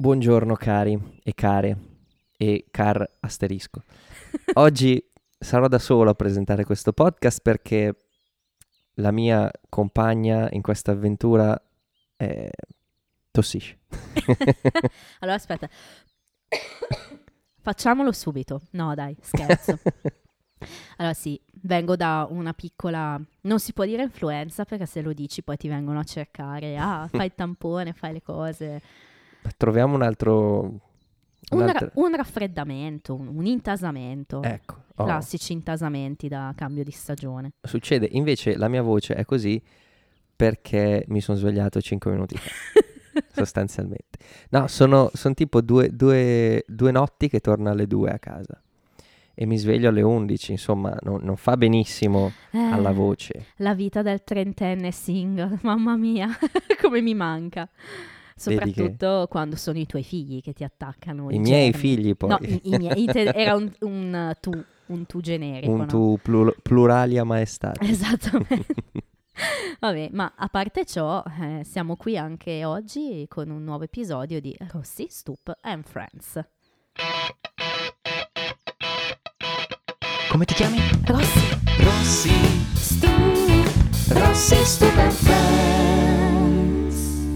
Buongiorno cari e care e car asterisco. Oggi sarò da solo a presentare questo podcast perché la mia compagna in questa avventura tossisce. Allora, aspetta. Facciamolo subito. No, dai, scherzo. Allora, sì, vengo da una piccola... Non si può dire influenza perché se lo dici poi ti vengono a cercare. Ah, fai il tampone, fai le cose. Troviamo un altro... Un raffreddamento, un intasamento. Ecco, Classici intasamenti da cambio di stagione. succede. Invece la mia voce è così perché mi sono svegliato 5 minuti fa, sostanzialmente. No, sono tipo due notti che torno alle 2 a casa e mi sveglio alle 11, insomma, non fa benissimo alla voce. La vita del trentenne single, mamma mia, come mi manca. Vedi che Soprattutto quando sono i tuoi figli che ti attaccano i i miei germi. figli poi, No, i miei. Era un tu generico, un no? tu pluralia maestate. Esattamente. Vabbè, ma a parte ciò, siamo qui anche oggi con un nuovo episodio di Rossi, Stup and Friends. Come ti chiami? Rossi, Rossi. Stup, Rossi, Stup and Friends.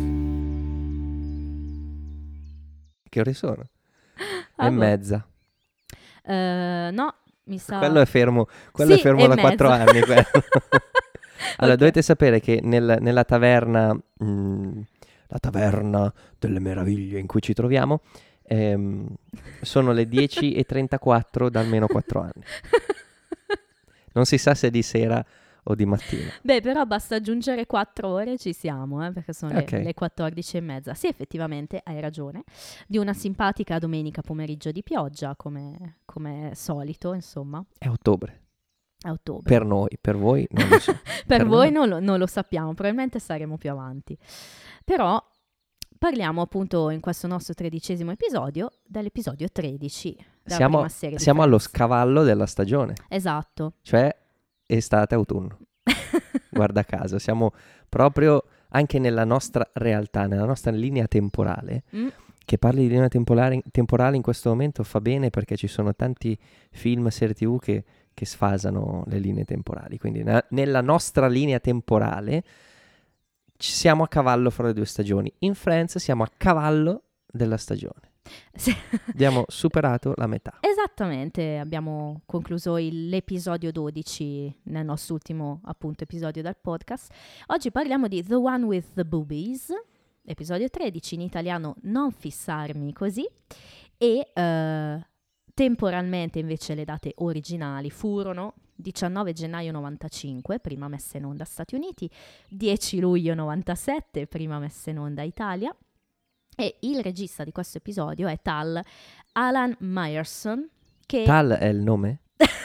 Che ore sono? Ah, E boh. mezza. No, mi sa... Quello è fermo Sì, da e 4 mezza. anni. Quello. Allora, Ok. dovete sapere che nella taverna, la taverna delle meraviglie in cui ci troviamo, sono le 10:34 da almeno 4 anni. Non si sa se di sera o di mattina. Beh, però basta aggiungere 4 ore e ci siamo, perché sono Ok. le 14:30. Sì, effettivamente hai ragione. Di una simpatica domenica pomeriggio di pioggia, come solito, insomma, È ottobre. a ottobre. Per noi, per voi non lo so. Per voi noi. non lo sappiamo, probabilmente saremo più avanti. Però parliamo appunto in questo nostro 13° episodio dell'episodio 13 della prima serie di Siamo allo Friends. scavallo della stagione, Esatto. cioè estate-autunno. Guarda caso, siamo proprio anche nella nostra realtà, nella nostra linea temporale. Mm. Che parli di linea temporale in questo momento fa bene perché ci sono tanti film, serie TV che sfasano le linee temporali. Quindi nella nostra linea temporale siamo a cavallo fra le due stagioni. In Friends siamo a cavallo della stagione. Sì. Abbiamo superato la metà. Esattamente, abbiamo concluso l'episodio 12 nel nostro ultimo appunto episodio del podcast. Oggi parliamo di The One with the Boobies, episodio 13, in italiano Non fissarmi così, e temporalmente invece le date originali furono 19 gennaio 95, prima messa in onda Stati Uniti, 10 luglio 97, prima messa in onda Italia. E il regista di questo episodio è tal Alan Meyerson, che... Tal è il nome?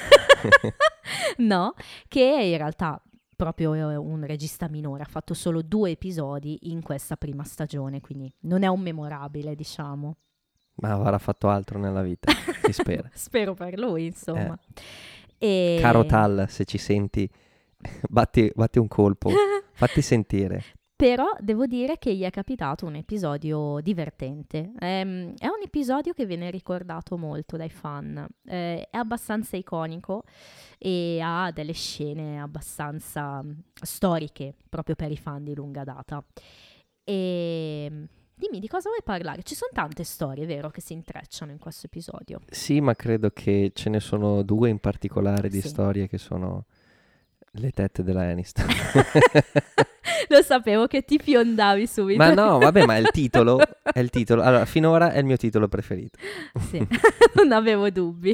No, che è in realtà proprio un regista minore, ha fatto solo 2 episodi in questa prima stagione, quindi non è un memorabile, diciamo. Ma avrà fatto altro nella vita, si spera. Spero per lui, insomma. E... Caro Tal, se ci senti, batti un colpo, fatti sentire. Però devo dire che gli è capitato un episodio divertente. È un episodio che viene ricordato molto dai fan. È abbastanza iconico e ha delle scene abbastanza storiche proprio per i fan di lunga data. E dimmi, di cosa vuoi parlare? Ci sono tante storie, vero, che si intrecciano in questo episodio. Sì, ma credo che ce ne sono 2 in particolare di Sì. storie che sono le tette della Aniston. Lo sapevo che ti fiondavi subito. Ma no, vabbè, ma è il titolo. Allora, finora è il mio titolo preferito. Sì, non avevo dubbi.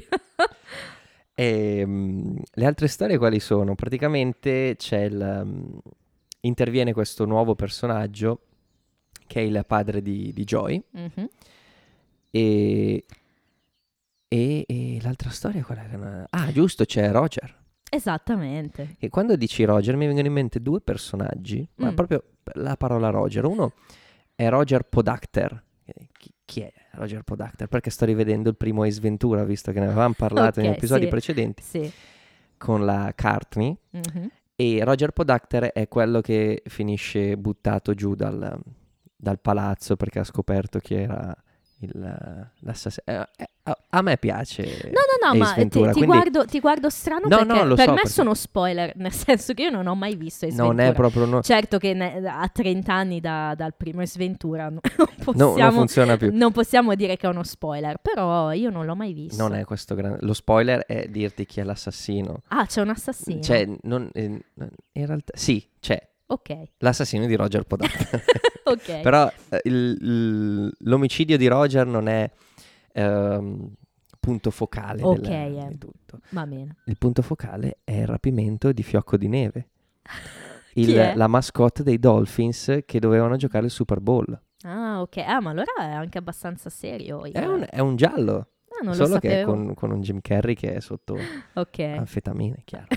Le altre storie quali sono? Praticamente interviene questo nuovo personaggio che è il padre di Joy Mhm. e l'altra storia qual è? Ah, giusto, c'è Roger. Esattamente. E quando dici Roger mi vengono in mente 2 personaggi, ma proprio la parola Roger. Uno è Roger Podacter. Chi è Roger Podacter? Perché sto rivedendo il primo Ace Ventura, visto che ne avevamo parlato in Ok, episodi sì. precedenti Sì. con la Courtney. Mhm. E Roger Podacter è quello che finisce buttato giù dal palazzo perché ha scoperto chi era A me piace No, Ace ma Ventura, quindi ti guardo strano No, perché no, lo per so, me perché sono spoiler, nel senso che io non ho mai visto Ace non Ventura. è proprio Certo che a 30 anni dal primo Ace Ventura non funziona più. non possiamo dire che è uno spoiler, però io non l'ho mai visto. Non è questo grande. Lo spoiler è dirti chi è l'assassino. Ah, c'è un assassino. Cioè, in realtà sì, c'è Ok. l'assassino di Roger Podolak. Ok. Però l'omicidio di Roger non è punto focale di tutto. Va bene. Il punto focale è il rapimento di Fiocco di Neve, Chi è? la mascotte dei Dolphins che dovevano giocare il Super Bowl. Ah, ok. Ah, ma allora è anche abbastanza serio. È un giallo, Ah, non lo solo che è sapevo. con un Jim Carrey che è sotto Ok. anfetamine, chiaro.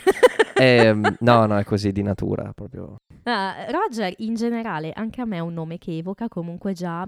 No, è così di natura proprio. Roger, in generale, anche a me è un nome che evoca comunque già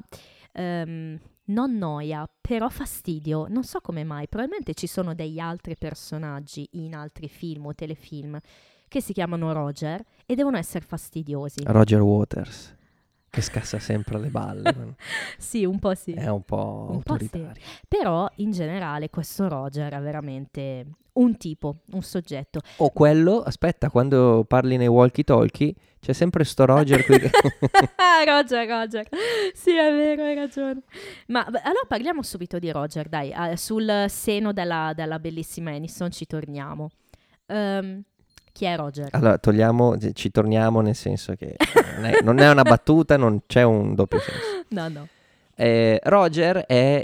non noia, però fastidio. Non so come mai. Probabilmente ci sono degli altri personaggi in altri film o telefilm che si chiamano Roger e devono essere fastidiosi. Roger Waters, che scassa sempre le balle. Sì, un po' sì. È un po' Un po' sì. autoritario. Però in generale questo Roger è veramente un tipo, un soggetto. O quello, aspetta, quando parli nei walkie-talkie c'è sempre sto Roger qui. Roger. Sì, è vero, hai ragione. Ma allora parliamo subito di Roger, dai. Sul seno della bellissima Aniston ci torniamo. Chi è Roger? Allora, ci torniamo nel senso che non è una battuta, non c'è un doppio senso. No. Roger è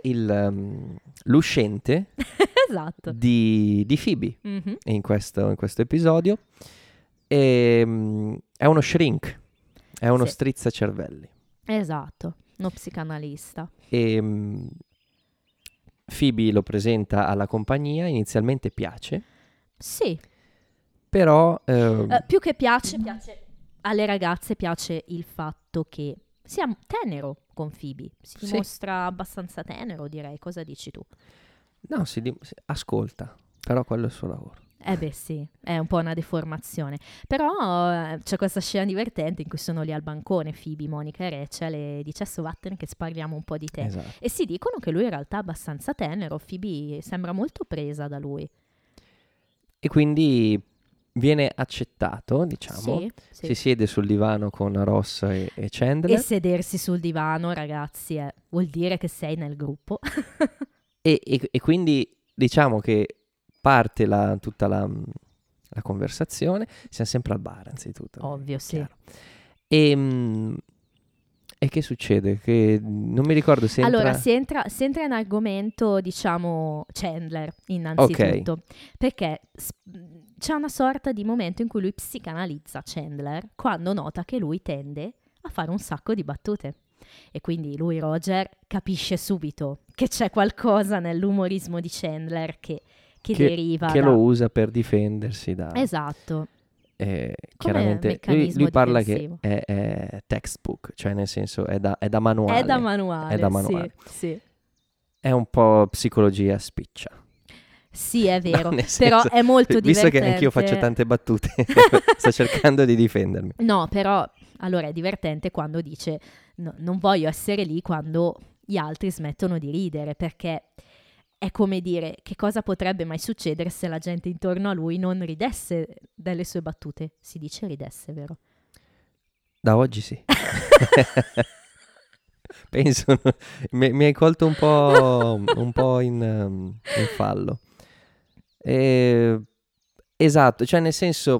l'uscente Esatto. di Phoebe Mhm. in questo episodio. È uno shrink, è uno Sì. strizzacervelli. Esatto, uno psicanalista. E Phoebe lo presenta alla compagnia, inizialmente piace, Sì, però più che piace alle ragazze, piace il fatto che sia tenero con Phoebe. Si Sì. dimostra abbastanza tenero, direi. Cosa dici tu? no, ascolta, però quello è il suo lavoro. Beh sì, è un po' una deformazione. Però c'è questa scena divertente in cui sono lì al bancone Phoebe, Monica e Rachel e dice adesso vattene che parliamo un po' di te. Esatto. E si dicono che lui in realtà è abbastanza tenero, Phoebe sembra molto presa da lui. E quindi viene accettato, diciamo. Sì. Si siede sul divano con Ross e Chandler. E sedersi sul divano, ragazzi, vuol dire che sei nel gruppo. E quindi diciamo che parte tutta la conversazione. Siamo sempre al bar, anzitutto. Ovvio, sì. E che succede? Che non mi ricordo se Allora, si entra in argomento, diciamo, Chandler, innanzitutto. Perché c'è una sorta di momento in cui lui psicanalizza Chandler quando nota che lui tende a fare un sacco di battute. E quindi lui, Roger, capisce subito che c'è qualcosa nell'umorismo di Chandler che deriva che da... lo usa per difendersi da... Esatto. Chiaramente meccanismo lui parla difensivo. che è textbook, cioè nel senso è da manuale. È da manuale. Sì. È un po' psicologia spiccia. Sì, è vero, No, però senso, è molto divertente. Visto che anch'io faccio tante battute, sto cercando di difendermi. No, però, allora è divertente quando dice no, non voglio essere lì quando gli altri smettono di ridere, perché è come dire che cosa potrebbe mai succedere se la gente intorno a lui non ridesse delle sue battute. Si dice ridesse, vero? Da oggi sì. Penso, mi hai colto un po' in fallo. Esatto, cioè nel senso,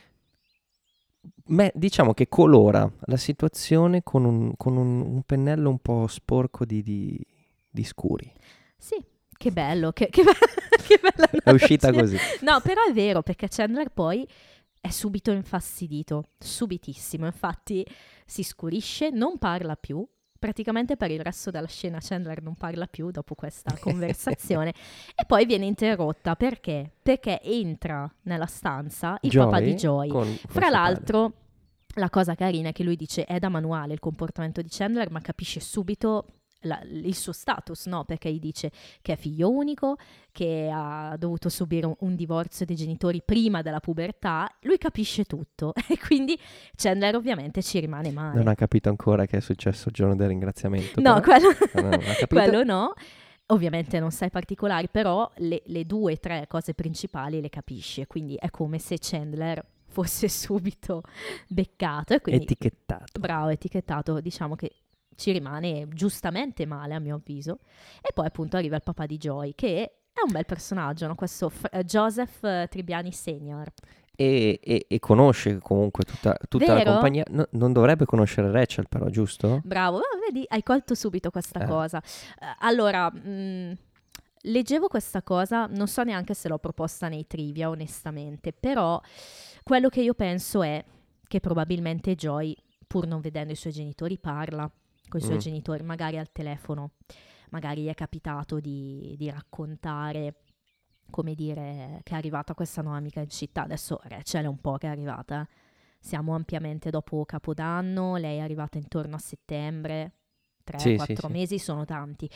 diciamo che colora la situazione con un pennello un po' sporco di scuri. Sì, che bello, che bella È uscita analogia. così. No, però è vero, perché Chandler poi è subito infastidito, subitissimo. Infatti si scurisce, non parla più. Praticamente per il resto della scena Chandler non parla più dopo questa conversazione e poi viene interrotta perché entra nella stanza il papà di Joy. Fra l'altro la cosa carina è che lui dice è da manuale il comportamento di Chandler, ma capisce subito il suo status, no? Perché gli dice che è figlio unico, che ha dovuto subire un divorzio dei genitori prima della pubertà. Lui capisce tutto e quindi Chandler ovviamente ci rimane male. Non ha capito ancora che è successo il giorno del ringraziamento. No, però. quello, Non ha capito. quello no. Ovviamente non sai particolari, però le 2 o 3 cose principali le capisce, quindi è come se Chandler fosse subito beccato e quindi Etichettato. bravo, etichettato, diciamo che ci rimane giustamente male a mio avviso. E poi appunto arriva il papà di Joy, che è un bel personaggio, no? Questo Joseph Tribbiani Senior. E conosce comunque tutta la Vero? compagnia. Non dovrebbe conoscere Rachel, però, giusto? Bravo, vedi, hai colto subito questa cosa. Allora, leggevo questa cosa, non so neanche se l'ho proposta nei trivia, onestamente, però quello che io penso è che probabilmente Joy, pur non vedendo i suoi genitori, parla con i suoi genitori, magari al telefono, magari gli è capitato di raccontare, come dire, che è arrivata questa nuova amica in città. Adesso Rachel è un po' che è arrivata, siamo ampiamente dopo Capodanno, lei è arrivata intorno a settembre, 3-4 mesi sono tanti.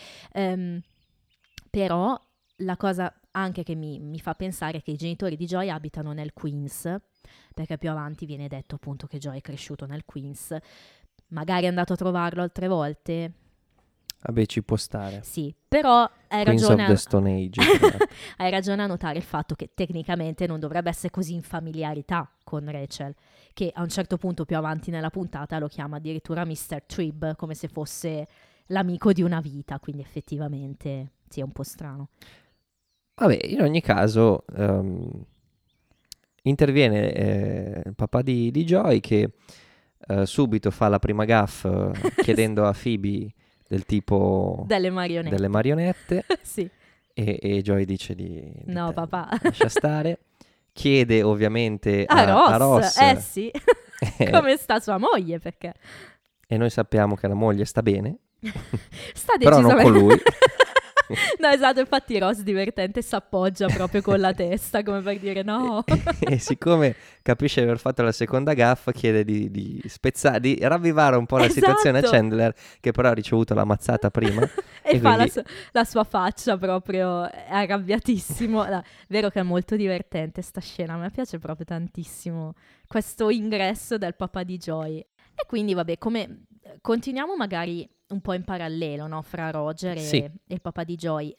Però la cosa anche che mi fa pensare è che i genitori di Joy abitano nel Queens, perché più avanti viene detto appunto che Joy è cresciuto nel Queens. Magari è andato a trovarlo altre volte. Vabbè, ci può stare. Sì, però hai Queens ragione, of the Stone Age. hai ragione a notare il fatto che tecnicamente non dovrebbe essere così in familiarità con Rachel, che a un certo punto più avanti nella puntata lo chiama addirittura Mr. Tribb, come se fosse l'amico di una vita, quindi effettivamente sì, è un po' strano. Vabbè, in ogni caso interviene il papà di Joy che subito fa la prima gaffe chiedendo a Phoebe del tipo Delle marionette. sì. e Joy dice di no papà, lascia stare. Chiede ovviamente a Ross sì. Come sta sua moglie, perché e noi sappiamo che la moglie sta bene sta però non con lui. No, esatto, infatti Ross divertente si appoggia proprio con la testa, come per dire no. E siccome capisce di aver fatto la seconda gaffa, chiede di spezzare, di ravvivare un po' la situazione a Chandler, che però ha ricevuto la mazzata prima. e fa quindi la sua faccia proprio, è arrabbiatissimo. No, vero che è molto divertente sta scena, a me piace proprio tantissimo questo ingresso del papà di Joy. E quindi vabbè, come continuiamo magari un po' in parallelo, no? Fra Roger e il papà di Joy.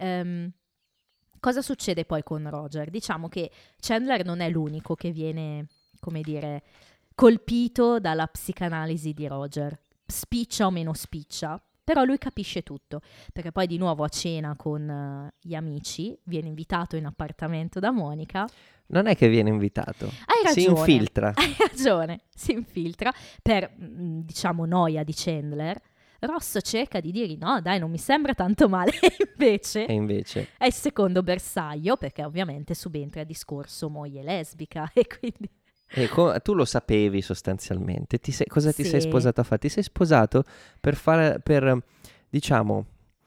Cosa succede poi con Roger? Diciamo che Chandler non è l'unico che viene, come dire, colpito dalla psicanalisi di Roger. Spiccia o meno spiccia, però lui capisce tutto. Perché poi di nuovo a cena con gli amici viene invitato in appartamento da Monica. Non è che viene invitato, Hai ragione, si infiltra. Hai ragione, si infiltra per, diciamo, noia di Chandler. Ross cerca di dire no, dai, non mi sembra tanto male, e invece è il secondo bersaglio, perché ovviamente subentra il discorso moglie lesbica e quindi... tu lo sapevi sostanzialmente, cosa ti sei sposato a fare? Ti sei sposato per diciamo,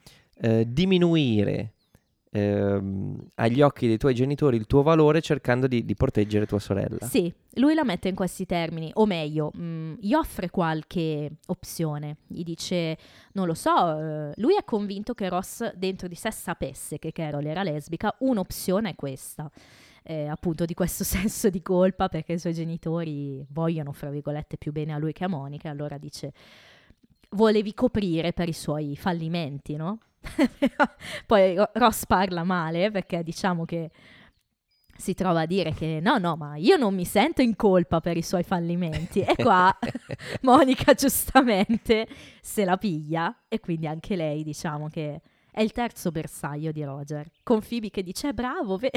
diminuire agli occhi dei tuoi genitori il tuo valore cercando di proteggere tua sorella. Sì, lui la mette in questi termini, o meglio, gli offre qualche opzione, gli dice, non lo so, lui è convinto che Ross dentro di sé sapesse che Carol era lesbica, un'opzione è questa, appunto di questo senso di colpa perché i suoi genitori vogliono, fra virgolette, più bene a lui che a Monica, allora dice, volevi coprire per i suoi fallimenti, no? Poi Ross parla male perché diciamo che si trova a dire che no, ma io non mi sento in colpa per i suoi fallimenti. E qua Monica giustamente se la piglia e quindi anche lei diciamo che è il terzo bersaglio di Roger, con Phoebe che dice bravo, vero?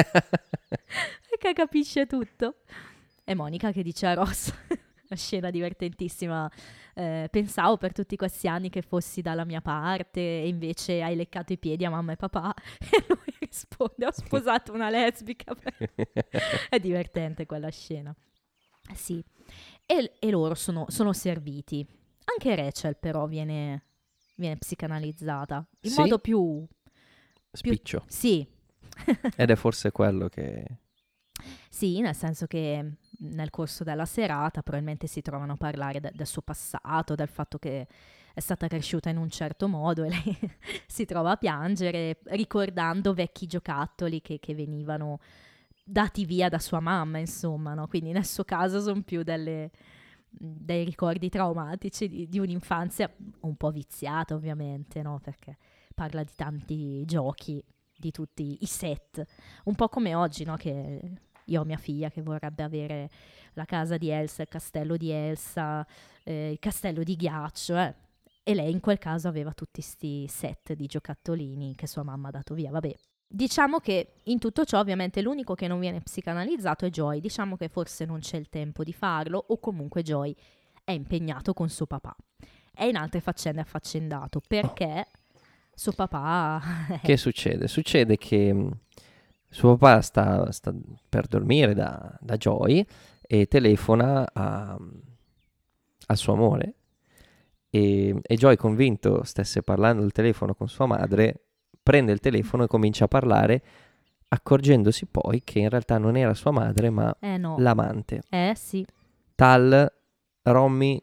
Perché capisce tutto. E Monica che dice a Ross, una scena divertentissima, pensavo per tutti questi anni che fossi dalla mia parte e invece hai leccato i piedi a mamma e papà. E lui risponde ho sposato una lesbica. È divertente quella scena. Sì, e loro sono serviti. Anche Rachel però viene psicanalizzata in modo più spiccio. Sì. Ed è forse quello che... Sì, nel senso che nel corso della serata probabilmente si trovano a parlare del suo passato, del fatto che è stata cresciuta in un certo modo e lei si trova a piangere ricordando vecchi giocattoli che venivano dati via da sua mamma, insomma, no? Quindi nel suo caso sono più dei ricordi traumatici di un'infanzia un po' viziata, ovviamente, no? Perché parla di tanti giochi, di tutti i set, un po' come oggi, no? Che io ho mia figlia che vorrebbe avere la casa di Elsa, il castello di Elsa, il castello di ghiaccio, e lei in quel caso aveva tutti sti set di giocattolini che sua mamma ha dato via. Vabbè, diciamo che in tutto ciò ovviamente l'unico che non viene psicanalizzato è Joy. Diciamo che forse non c'è il tempo di farlo, o comunque Joy è impegnato con suo papà. È in altre faccende affaccendato perché suo papà... Che succede? Succede che suo papà sta per dormire da Joy e telefona al suo amore e Joy, convinto stesse parlando al telefono con sua madre, prende il telefono e comincia a parlare, accorgendosi poi che in realtà non era sua madre ma no. l'amante. Sì. Tal Ronnie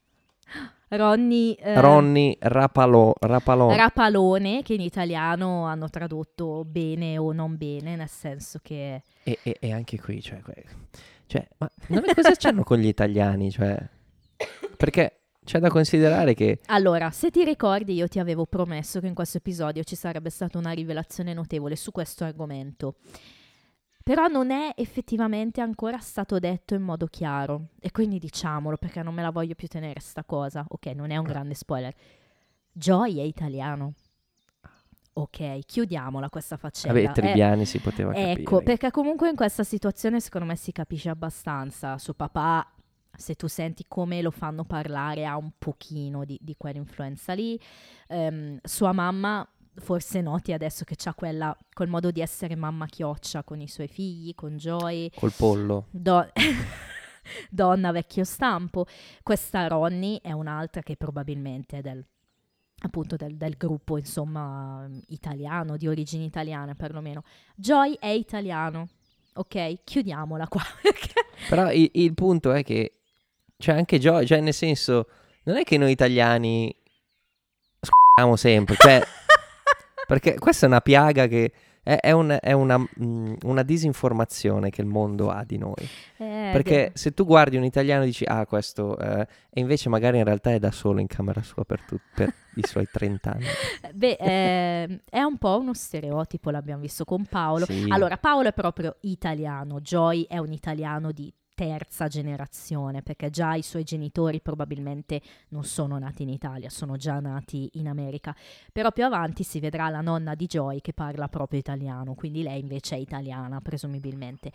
Rapalone, che in italiano hanno tradotto bene o non bene, nel senso che... E anche qui, cioè ma cosa c'hanno con gli italiani? Cioè, perché c'è da considerare che... Allora, se ti ricordi, io ti avevo promesso che in questo episodio ci sarebbe stata una rivelazione notevole su questo argomento. Però non è effettivamente ancora stato detto in modo chiaro. E quindi diciamolo, perché non me la voglio più tenere sta cosa. Ok, non è un grande spoiler. Joy è italiano. Ok, chiudiamola questa faccenda. Vabbè, Trebbiani si poteva capire. Ecco, perché comunque in questa situazione secondo me si capisce abbastanza. Suo papà, se tu senti come lo fanno parlare, ha un pochino di quell'influenza lì. Sua mamma... Forse noti adesso che c'ha quel modo di essere mamma chioccia con i suoi figli, con Joy. Col pollo. Donna vecchio stampo. Questa Ronnie è un'altra che probabilmente è del gruppo, insomma, italiano, di origini italiane perlomeno. Joy è italiano. Ok, chiudiamola qua. Però il punto è che, cioè anche Joy, cioè nel senso, non è che noi italiani sc***iamo sempre, cioè... Perché questa è una piaga che è una disinformazione che il mondo ha di noi. Perché se tu guardi un italiano e dici, questo... e invece magari in realtà è da solo in camera sua per i suoi 30 anni. Beh, è un po' uno stereotipo, l'abbiamo visto con Paolo. Sì. Allora, Paolo è proprio italiano, Joy è un italiano di terza generazione, perché già i suoi genitori probabilmente non sono nati in Italia, sono già nati in America, però più avanti si vedrà la nonna di Joy che parla proprio italiano, quindi lei invece è italiana presumibilmente.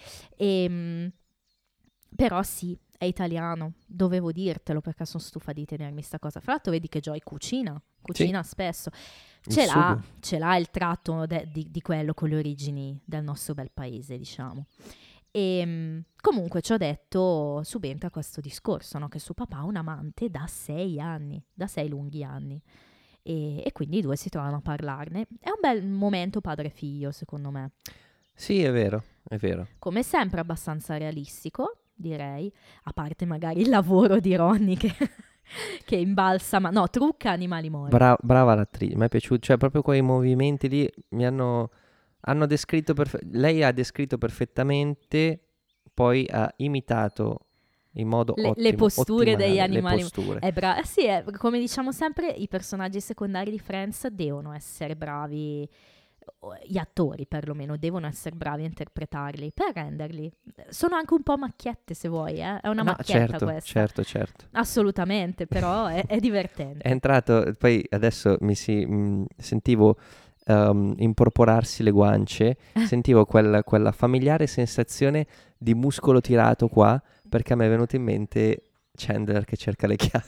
Però sì, è italiano, dovevo dirtelo perché sono stufa di tenermi sta cosa. Fra l'altro vedi che Joy cucina sì. Spesso, ce l'ha il tratto di quello con le origini del nostro bel paese, diciamo. E comunque ci ho detto, subentra questo discorso, no? Che suo papà ha un amante da 6 lunghi anni, e quindi i due si trovano a parlarne. È un bel momento padre-figlio, secondo me. Sì, è vero. Come sempre abbastanza realistico, direi, a parte magari il lavoro di Ronnie che imbalsama, no, trucca animali morti. Brava l'attrice, mi è piaciuto, cioè proprio quei movimenti lì mi hanno descritto lei ha descritto perfettamente, poi ha imitato in modo ottimo le posture degli animali. Le posture. Sì, come diciamo sempre, i personaggi secondari di Friends devono essere bravi, gli attori perlomeno devono essere bravi a interpretarli per renderli. Sono anche un po' macchiette, se vuoi, è una macchietta questa. Certo. Assolutamente, però è divertente. È entrato, poi adesso sentivo imporporarsi le guance, sentivo quella familiare sensazione di muscolo tirato qua, perché a me è venuto in mente Chandler che cerca le chiavi.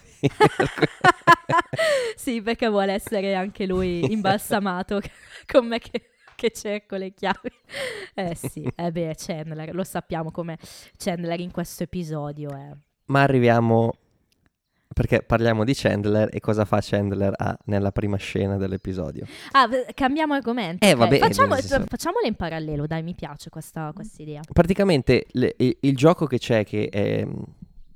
Sì, perché vuole essere anche lui imbalsamato con me che cerco le chiavi. Sì, Chandler, lo sappiamo come Chandler in questo episodio è. Ma arriviamo, perché parliamo di Chandler e cosa fa Chandler nella prima scena dell'episodio. Cambiamo argomento. Vabbè, facciamole in parallelo, dai, mi piace questa idea. Praticamente il gioco che c'è, che è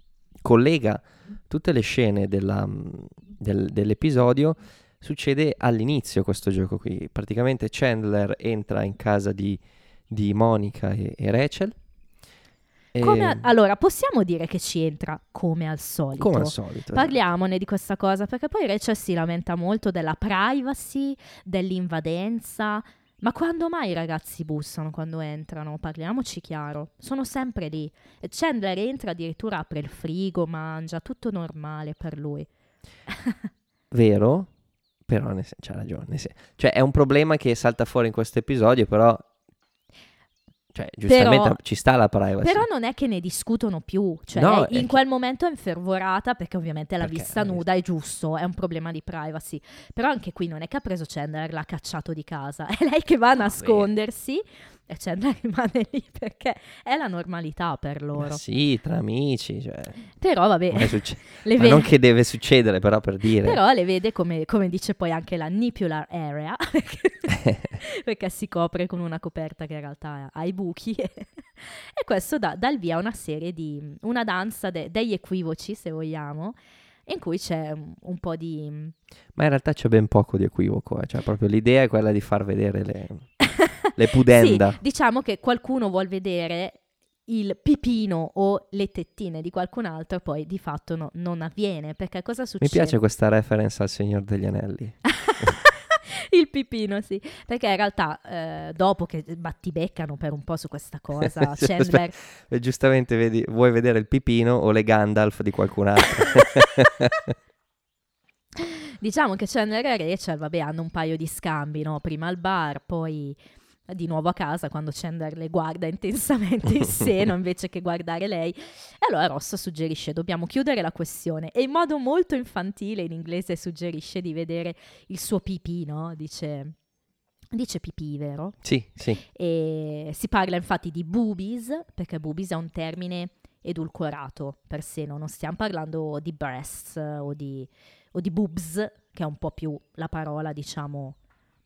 collega tutte le scene dell'episodio. Succede all'inizio questo gioco qui. Praticamente Chandler entra in casa di Monica e Rachel. Allora, possiamo dire che ci entra come al solito. Come al solito. Parliamone di questa cosa, perché poi Rachel si lamenta molto della privacy, dell'invadenza. Ma quando mai i ragazzi bussano quando entrano? Parliamoci chiaro. Sono sempre lì. E Chandler entra, addirittura apre il frigo, mangia, tutto normale per lui. Vero? Però c'ha ragione. Cioè, è un problema che salta fuori in questo episodio, però... Cioè, giustamente Però, ci sta la privacy. Però non è che ne discutono più. Cioè, No, in quel momento è infervorata perché ovviamente l'ha Perché vista nuda, è giusto, è un problema di privacy. Però anche qui non è che ha preso Chandler, l'ha cacciato di casa. È lei che va a nascondersi e Chandler rimane lì perché è la normalità per loro. Ma sì, tra amici, cioè... Però vabbè, ma non che deve succedere, però per dire. Però le vede come dice poi anche la nipular area, perché si copre con una coperta che in realtà ha i buchi. E questo dà il via a una serie una danza degli equivoci, se vogliamo, in cui c'è un po' di... Ma in realtà c'è ben poco di equivoco, cioè proprio l'idea è quella di far vedere le pudenda. Sì, diciamo che qualcuno vuol vedere il pipino o le tettine di qualcun altro, poi di fatto non avviene, perché cosa succede? Mi piace questa reference al Signor degli Anelli. Il pipino, sì, perché in realtà dopo che battibeccano per un po' su questa cosa, Chandler... Giustamente vedi, vuoi vedere il pipino o le Gandalf di qualcun altro? Diciamo che Chandler e Rachel, vabbè, hanno un paio di scambi, no? Prima al bar, poi di nuovo a casa quando Chandler le guarda intensamente il seno invece che guardare lei. E allora Ross suggerisce: dobbiamo chiudere la questione. E in modo molto infantile in inglese suggerisce di vedere il suo pipì, no? Dice pipì, vero? Sì. E si parla infatti di boobies, perché boobies è un termine edulcorato per seno, non stiamo parlando di breasts o di boobs, che è un po' più la parola, diciamo,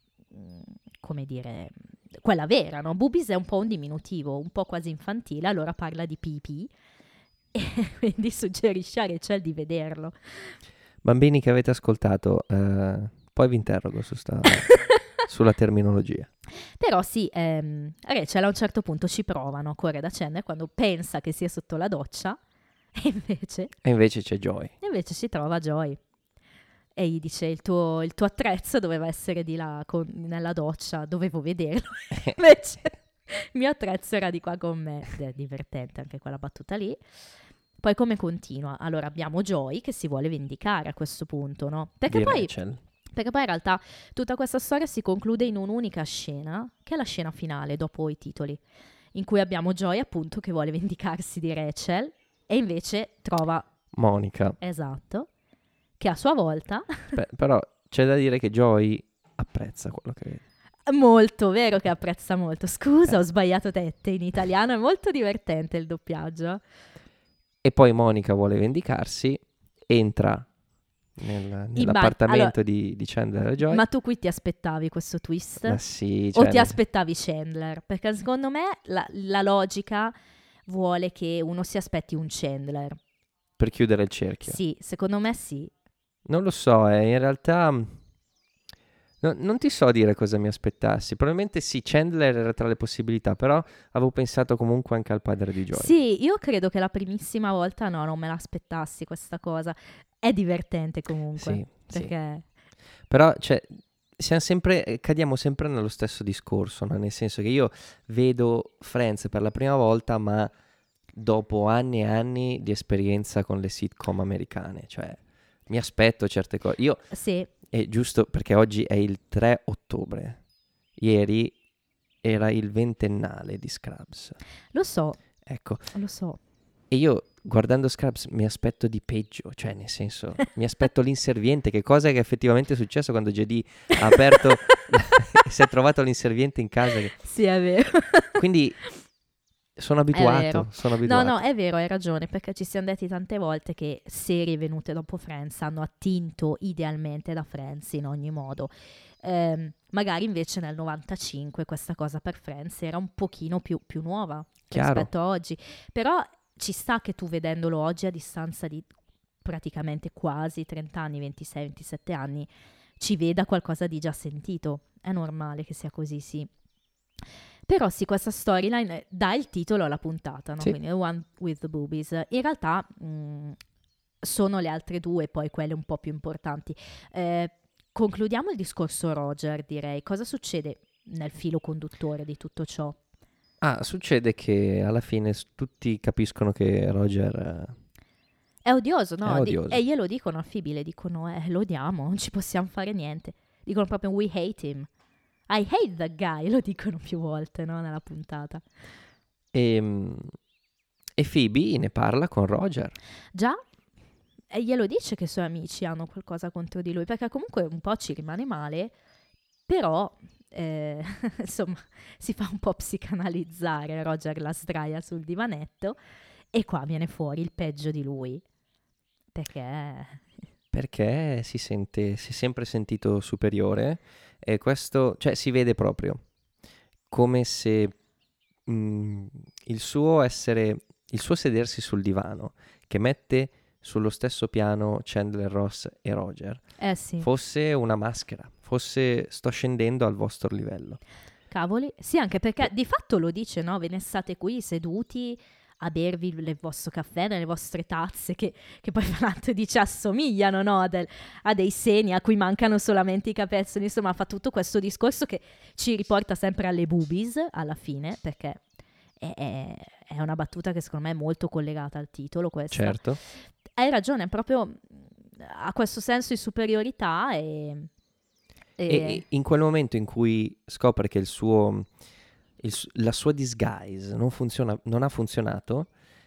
come dire, quella vera, no? Boobies è un po' un diminutivo, un po' quasi infantile, allora parla di pipì e quindi suggerisce a Rachel di vederlo. Bambini che avete ascoltato, poi vi interrogo sulla terminologia. Però sì, Rachel a un certo punto ci prova, no? Corre da Chandler quando pensa che sia sotto la doccia e invece c'è Joy. E invece si trova Joy. E gli dice: il tuo attrezzo doveva essere di là nella doccia, dovevo vederlo. Invece il mio attrezzo era di qua con me. Ed è divertente anche quella battuta lì. Poi come continua? Allora abbiamo Joy che si vuole vendicare a questo punto, no? Perché poi in realtà tutta questa storia si conclude in un'unica scena, che è la scena finale dopo i titoli, in cui abbiamo Joy appunto che vuole vendicarsi di Rachel e invece trova Monica. Esatto. Che a sua volta... però c'è da dire che Joy apprezza quello che vede. Molto, vero che apprezza molto. Scusa, ho sbagliato tette in italiano, è molto divertente il doppiaggio. E poi Monica vuole vendicarsi, entra nell'appartamento di Chandler e Joy. Ma tu qui ti aspettavi questo twist? Ma sì. O ti aspettavi Chandler? Perché secondo me la logica vuole che uno si aspetti un Chandler. Per chiudere il cerchio. Sì, secondo me sì. Non lo so, in realtà non ti so dire cosa mi aspettassi. Probabilmente sì, Chandler era tra le possibilità, però avevo pensato comunque anche al padre di Joy. Sì, io credo che la primissima volta non me l'aspettassi questa cosa. È divertente comunque. Sì, perché... sì. Però, cioè, cadiamo sempre nello stesso discorso, no? Nel senso che io vedo Friends per la prima volta, ma dopo anni e anni di esperienza con le sitcom americane, cioè mi aspetto certe cose. Io sì. È giusto perché oggi è il 3 ottobre. Ieri era il ventennale di Scrubs. Lo so. Ecco. Lo so. E io guardando Scrubs mi aspetto di peggio, cioè nel senso mi aspetto l'inserviente, che cosa che effettivamente è successo quando JD ha aperto si è trovato l'inserviente in casa. Sì, è vero. Quindi sono abituato. No, è vero, hai ragione, perché ci siamo detti tante volte che serie venute dopo Friends hanno attinto idealmente da Friends in ogni modo. Magari invece nel 95 questa cosa per Friends era un pochino più nuova rispetto a oggi. Però ci sta che tu vedendolo oggi a distanza di praticamente quasi 30 anni, 26-27 anni, ci veda qualcosa di già sentito. È normale che sia così, sì. Però sì, questa storyline dà il titolo alla puntata, no? Sì. Quindi The One with the Boobies. In realtà sono le altre due, poi quelle un po' più importanti. Concludiamo il discorso Roger, direi. Cosa succede nel filo conduttore di tutto ciò? Succede che alla fine tutti capiscono che Roger È odioso, no? è odioso. E glielo dicono a Phoebe, le dicono, lo odiamo, non ci possiamo fare niente. Dicono proprio, we hate him. I hate that guy, lo dicono più volte, no? Nella puntata. E Phoebe ne parla con Roger. Già, e glielo dice che i suoi amici hanno qualcosa contro di lui, perché comunque un po' ci rimane male, però, insomma, si fa un po' psicanalizzare, Roger la sdraia sul divanetto, e qua viene fuori il peggio di lui. Perché si è sempre sentito superiore, e questo, cioè, si vede proprio come se il suo sedersi sul divano, che mette sullo stesso piano Chandler, Ross e Roger, sì. fosse una maschera, fosse sto scendendo al vostro livello. Cavoli, sì, anche perché di fatto lo dice, no? Ve ne state qui seduti a bervi il vostro caffè nelle vostre tazze, che poi fra l'altro dice assomigliano, no? A dei seni a cui mancano solamente i capezzoli. Insomma, fa tutto questo discorso che ci riporta sempre alle boobies alla fine, perché è una battuta che secondo me è molto collegata al titolo questa. Certo. Hai ragione, proprio ha questo senso di superiorità e in quel momento in cui scopre che la sua disguise non ha funzionato,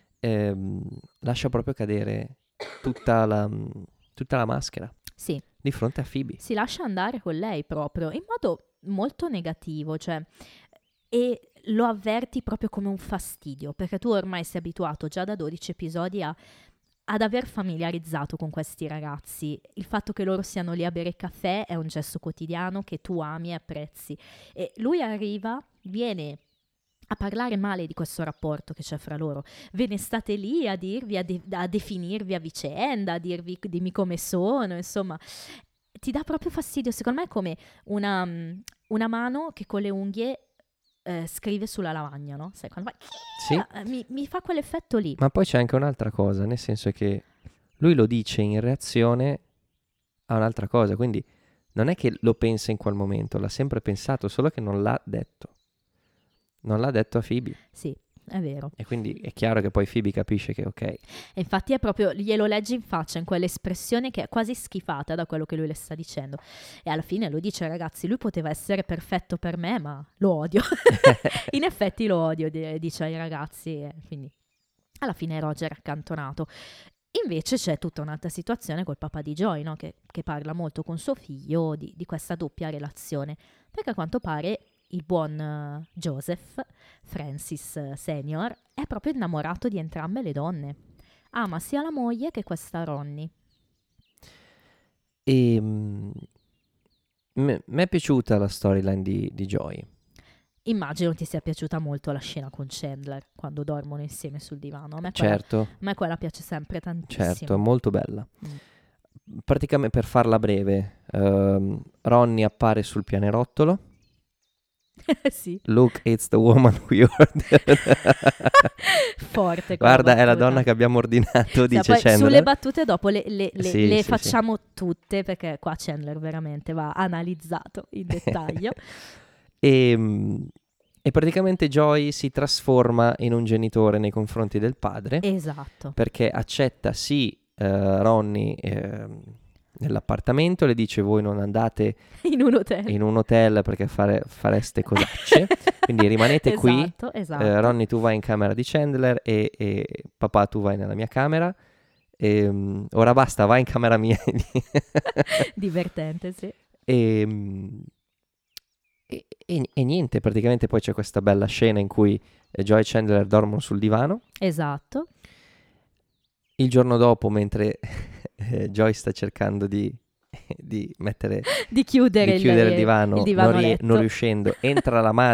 lascia proprio cadere tutta la maschera. Sì. Di fronte a Phoebe. Si lascia andare con lei proprio, in modo molto negativo, cioè, e lo avverti proprio come un fastidio, perché tu ormai sei abituato già da 12 episodi ad aver familiarizzato con questi ragazzi. Il fatto che loro siano lì a bere caffè è un gesto quotidiano che tu ami e apprezzi. E lui arriva, viene a parlare male di questo rapporto che c'è fra loro. Ve ne state lì a dirvi, a definirvi a vicenda, a dirvi dimmi come sono, insomma. Ti dà proprio fastidio. Secondo me è come una mano che con le unghie scrive sulla lavagna, no? Sai, quando Sì. mi fa quell'effetto lì. Ma poi c'è anche un'altra cosa, nel senso che lui lo dice in reazione a un'altra cosa, quindi non è che lo pensa in quel momento, l'ha sempre pensato, solo che non l'ha detto. Non l'ha detto a Phoebe. Sì, è vero. E quindi è chiaro che poi Phoebe capisce che ok. E infatti è proprio, glielo legge in faccia, in quell'espressione che è quasi schifata da quello che lui le sta dicendo. E alla fine lo dice, ragazzi, lui poteva essere perfetto per me, ma lo odio. In effetti lo odio, dice ai ragazzi. Quindi alla fine Roger è accantonato. Invece c'è tutta un'altra situazione col papà di Joy, no? che parla molto con suo figlio di questa doppia relazione. Perché a quanto pare il buon Joseph, Francis Senior, è proprio innamorato di entrambe le donne. Ama sia la moglie che questa Ronnie. E mi è piaciuta la storyline di Joy. Immagino ti sia piaciuta molto la scena con Chandler, quando dormono insieme sul divano. Certo. A me quella piace sempre tantissimo. Certo, molto bella. Praticamente, per farla breve, Ronnie appare sul pianerottolo. Sì. Look, it's the woman we ordered. Forte. Guarda, è la donna che abbiamo ordinato, dice poi Chandler. Sulle battute dopo le Sì, facciamo tutte, perché qua Chandler veramente va analizzato in dettaglio. E praticamente Joy si trasforma in un genitore nei confronti del padre. Esatto. Perché accetta Ronnie nell'appartamento, le dice voi non andate in un hotel perché fareste cosacce, quindi rimanete qui. Esatto. Ronnie, tu vai in camera di Chandler e papà, tu vai nella mia camera. Ora basta, vai in camera mia. Divertente, sì. E niente, praticamente poi c'è questa bella scena in cui Joy e Chandler dormono sul divano. Esatto. Il giorno dopo, mentre Joy sta cercando di chiudere il divano non riuscendo, entra la madre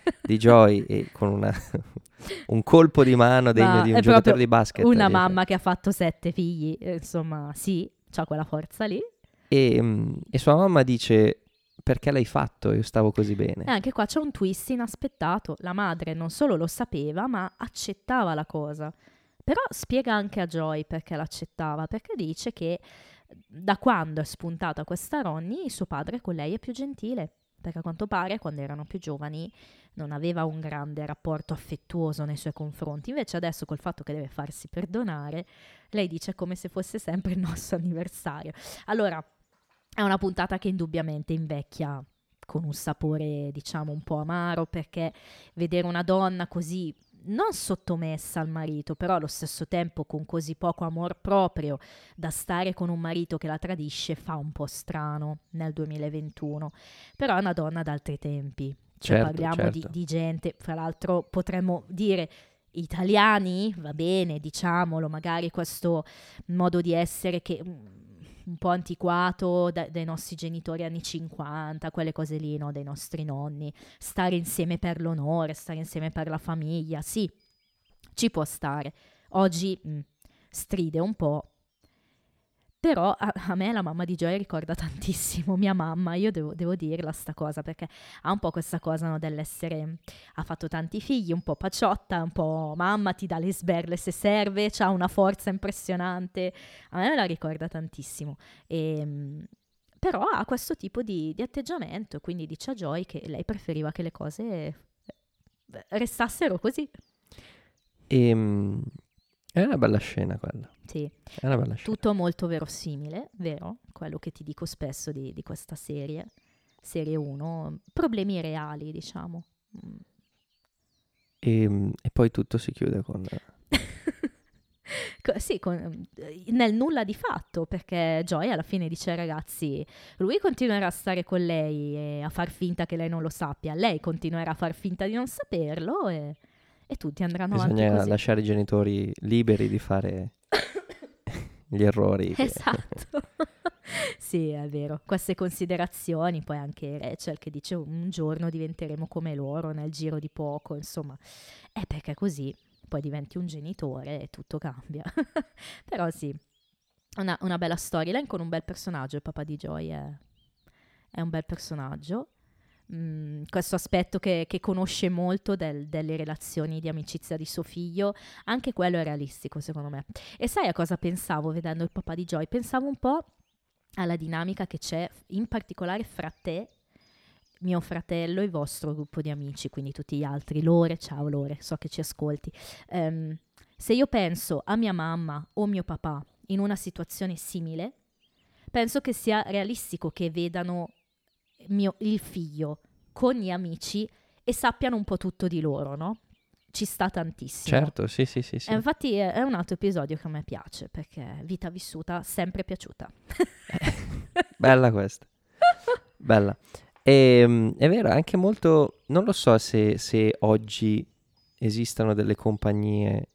di Joy e con un colpo di mano degno Ma di un è giocatore proprio di basket. una riesce. mamma che ha fatto 7 figli, insomma, sì, c'ha quella forza lì. E sua mamma dice: perché l'hai fatto? Io stavo così E bene. anche qua c'è un twist inaspettato. La madre non solo lo sapeva, ma accettava la cosa. Però spiega anche a Joy perché l'accettava, perché dice che da quando è spuntata questa Ronnie, suo padre con lei è più gentile. Perché a quanto pare, quando erano più giovani, non aveva un grande rapporto affettuoso nei suoi confronti. Invece adesso, col fatto che deve farsi perdonare, lei dice come se fosse sempre il nostro anniversario. Allora, è una puntata che indubbiamente invecchia con un sapore, diciamo, un po' amaro, perché vedere una donna così non sottomessa al marito, però allo stesso tempo con così poco amor proprio da stare con un marito che la tradisce fa un po' strano nel 2021. Però è una donna d'altri tempi. Cioè Certo, parliamo certo. di gente, fra l'altro potremmo dire italiani, va bene, diciamolo, magari questo modo di essere che un po' antiquato dai nostri genitori anni 50, quelle cose lì, no? Dei nostri nonni. Stare insieme per l'onore, stare insieme per la famiglia, sì, ci può stare. Oggi stride un po'. Però a me la mamma di Joy ricorda tantissimo mia mamma, io devo dirla sta cosa, perché ha un po' questa cosa, no, dell'essere, ha fatto tanti figli, un po' pacciotta, un po' mamma ti dà le sberle se serve, ha una forza impressionante, a me la ricorda tantissimo. Però ha questo tipo di atteggiamento, quindi dice a Joy che lei preferiva che le cose restassero così. È una bella scena quella. Sì. È una bella scena. Tutto molto verosimile, vero? Quello che ti dico spesso di questa serie, serie 1, problemi reali, diciamo. Mm. E poi tutto si chiude con... Sì, nel nulla di fatto, perché Joy alla fine dice ai ragazzi, lui continuerà a stare con lei e a far finta che lei non lo sappia, lei continuerà a far finta di non saperlo e tutti andranno avanti Bisogna così. lasciare i genitori liberi di fare gli errori. Esatto. Sì, è vero. Queste considerazioni, poi anche Rachel che dice un giorno diventeremo come loro nel giro di poco, insomma, è perché così poi diventi un genitore e tutto cambia. Però sì, una bella storyline con un bel personaggio, il papà di Joy è un bel personaggio. Questo aspetto che conosce molto delle relazioni di amicizia di suo figlio, anche quello è realistico secondo me. E sai a cosa pensavo vedendo il papà di Joy? Pensavo un po' alla dinamica che c'è in particolare fra te, mio fratello e il vostro gruppo di amici, quindi tutti gli altri. Lore, ciao Lore, so che ci ascolti. Se io penso a mia mamma o mio papà in una situazione simile, penso che sia realistico che vedano il figlio con gli amici e sappiano un po' tutto di loro, no? Ci sta tantissimo. Certo, sì, sì, sì, E sì. infatti è un altro episodio che a me piace, perché vita vissuta, sempre piaciuta. Bella questa. Bella. È vero, è anche molto... Non lo so se oggi esistano delle compagnie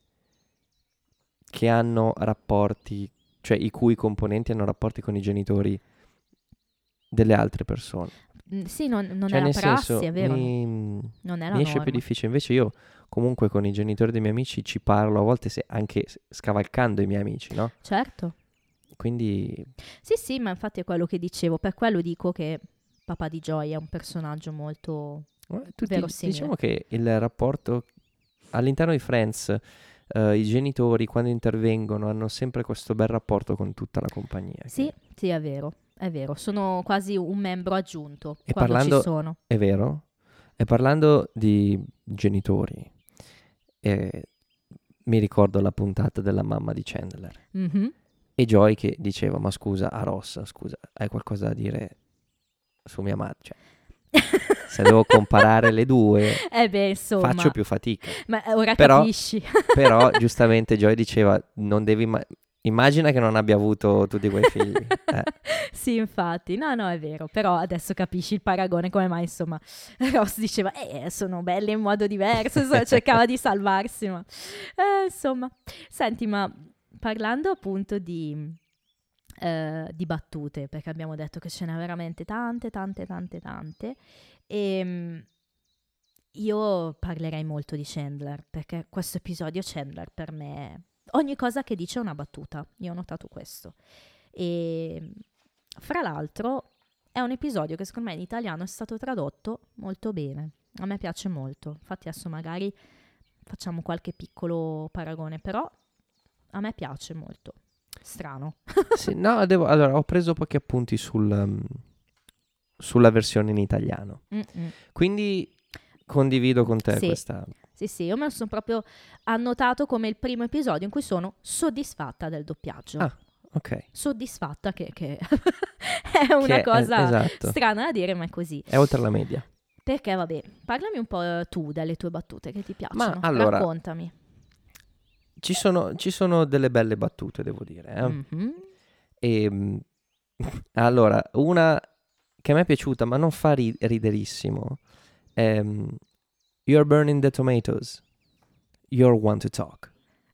che hanno rapporti, cioè i cui componenti hanno rapporti con i genitori delle altre persone. Sì, non è Cioè, la nel prassi, senso, è vero, non è la mi esce più norma. difficile. Invece io comunque con i genitori dei miei amici ci parlo a volte anche scavalcando i miei amici, no? Certo. Quindi Sì, sì, ma infatti è quello che dicevo, per quello dico che papà di Joy è un personaggio molto verosimile. diciamo che il rapporto all'interno di Friends, i genitori quando intervengono hanno sempre questo bel rapporto con tutta la compagnia. Sì, sì, è vero, sono quasi un membro aggiunto E quando ci parlando, sono. è vero, e parlando di genitori, eh, mi ricordo la puntata della mamma di Chandler Mhm. e Joy che diceva: ma scusa, a Ross, scusa, hai qualcosa da dire su mia madre? Cioè, se devo comparare le due, Beh, faccio insomma, più fatica. ma ora Però, capisci. però giustamente Joy diceva: non devi immagina che non abbia avuto tutti quei figli. Sì, infatti, no, no, è vero, però adesso capisci il paragone, come mai, insomma, Ross diceva, sono belle in modo diverso, insomma, cercava di salvarsi, ma, insomma. Senti, ma parlando appunto di battute, perché abbiamo detto che ce n'è veramente tante, tante, tante, tante, e Io parlerei molto di Chandler, perché questo episodio Chandler per me, ogni cosa che dice è una battuta, io ho notato questo. E fra l'altro è un episodio che secondo me in italiano è stato tradotto molto bene, a me piace molto, infatti adesso magari facciamo qualche piccolo paragone, però a me piace molto, strano. Sì, no, allora, ho preso pochi appunti sulla versione in italiano. Mm-mm. Quindi condivido con te Sì. questa. Sì, io me lo sono proprio annotato come il primo episodio in cui sono soddisfatta del doppiaggio. Ah, ok. Soddisfatta che è una Che è- cosa esatto. strana da dire, ma è così. È oltre la media. Perché, vabbè, parlami un po' tu delle tue battute che ti piacciono. Ma allora, Raccontami. ci sono delle belle battute, devo dire. Mhm. E allora, una che a me è piaciuta, ma non fa riderissimo, è You're burning the tomatoes. You're one to talk.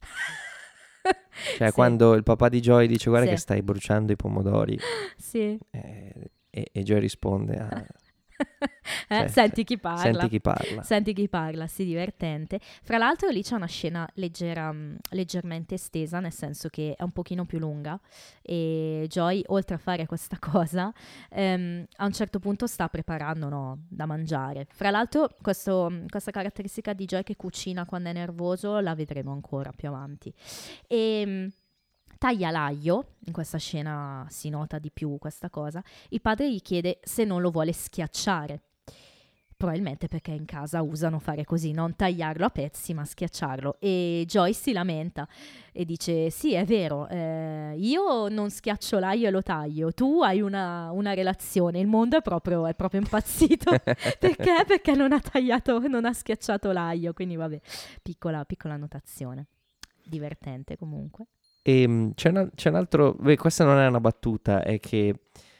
Cioè, Sì, quando il papà di Joy dice guarda Sì. che stai bruciando i pomodori, sì. e Joy risponde cioè, Senti chi parla. senti chi parla. Senti chi parla, sì, divertente. Fra l'altro lì c'è una scena leggermente estesa, nel senso che è un pochino più lunga e Joy, oltre a fare questa cosa, a un certo punto sta preparando, no, da mangiare. Fra l'altro questa caratteristica di Joy che cucina quando è nervoso la vedremo ancora più avanti. E taglia l'aglio, in questa scena si nota di più questa cosa, il padre gli chiede se non lo vuole schiacciare. Probabilmente perché in casa usano fare così, non tagliarlo a pezzi ma schiacciarlo. E Joyce si lamenta e dice sì è vero, io non schiaccio l'aglio e lo taglio, tu hai una relazione, il mondo è proprio impazzito. Perché? Perché non ha schiacciato l'aglio, quindi vabbè, piccola notazione, divertente comunque. E c'è un altro, beh, questa non è una battuta, è che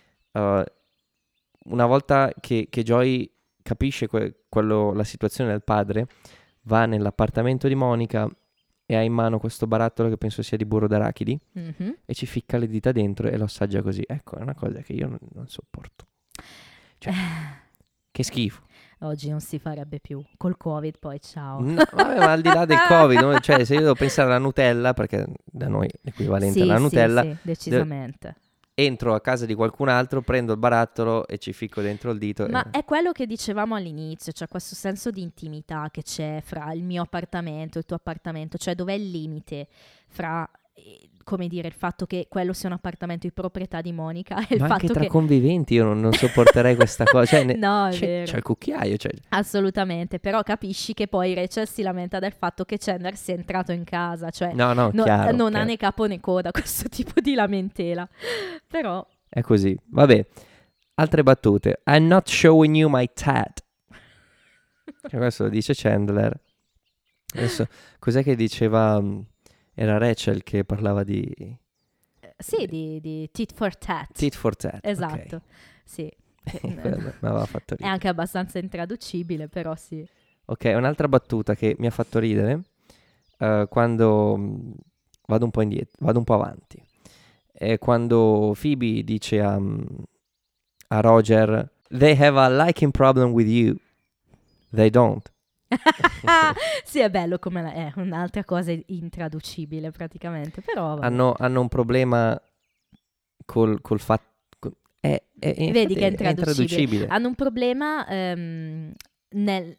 una volta che Joy capisce la situazione del padre, va nell'appartamento di Monica e ha in mano questo barattolo che penso sia di burro d'arachidi e ci ficca le dita dentro e lo assaggia così. Ecco, è una cosa che io non sopporto. Cioè, che schifo. Oggi non si farebbe più, col Covid poi ciao. No, vabbè, ma al di là del Covid, cioè se io devo pensare alla Nutella, perché da noi l'equivalente alla Nutella, sì, decisamente. entro a casa di qualcun altro, prendo il barattolo e ci ficco dentro il dito. Ma è quello che dicevamo all'inizio, cioè questo senso di intimità che c'è fra il mio appartamento e il tuo appartamento, cioè dov'è il limite fra, come dire, il fatto che quello sia un appartamento di proprietà di Monica e il Ma fatto anche tra che... conviventi io non sopporterei questa cosa. Cioè, No, è c'è vero. il cucchiaio. Cioè. Assolutamente, però capisci che poi Rachel si lamenta del fatto che Chandler sia entrato in casa, cioè No, chiaro, non ha chiaro. né capo né coda questo tipo di lamentela, però... È così. Vabbè, altre battute. I'm not showing you my tat. Cioè, questo lo dice Chandler. Adesso, cos'è che diceva? Era Rachel che parlava di... Sì, di tit for tat. Tit for tat. Esatto, ok. sì. Quello mi aveva fatto È ridere. anche abbastanza intraducibile, però sì. Ok, un'altra battuta che mi ha fatto ridere quando vado un po' indietro, vado un po' avanti. È quando Phoebe dice a Roger, they have a liking problem with you, they don't. Sì, è bello come è un'altra cosa intraducibile praticamente, però vabbè. Hanno un problema col fatto... Vedi che è è intraducibile. Hanno un problema nel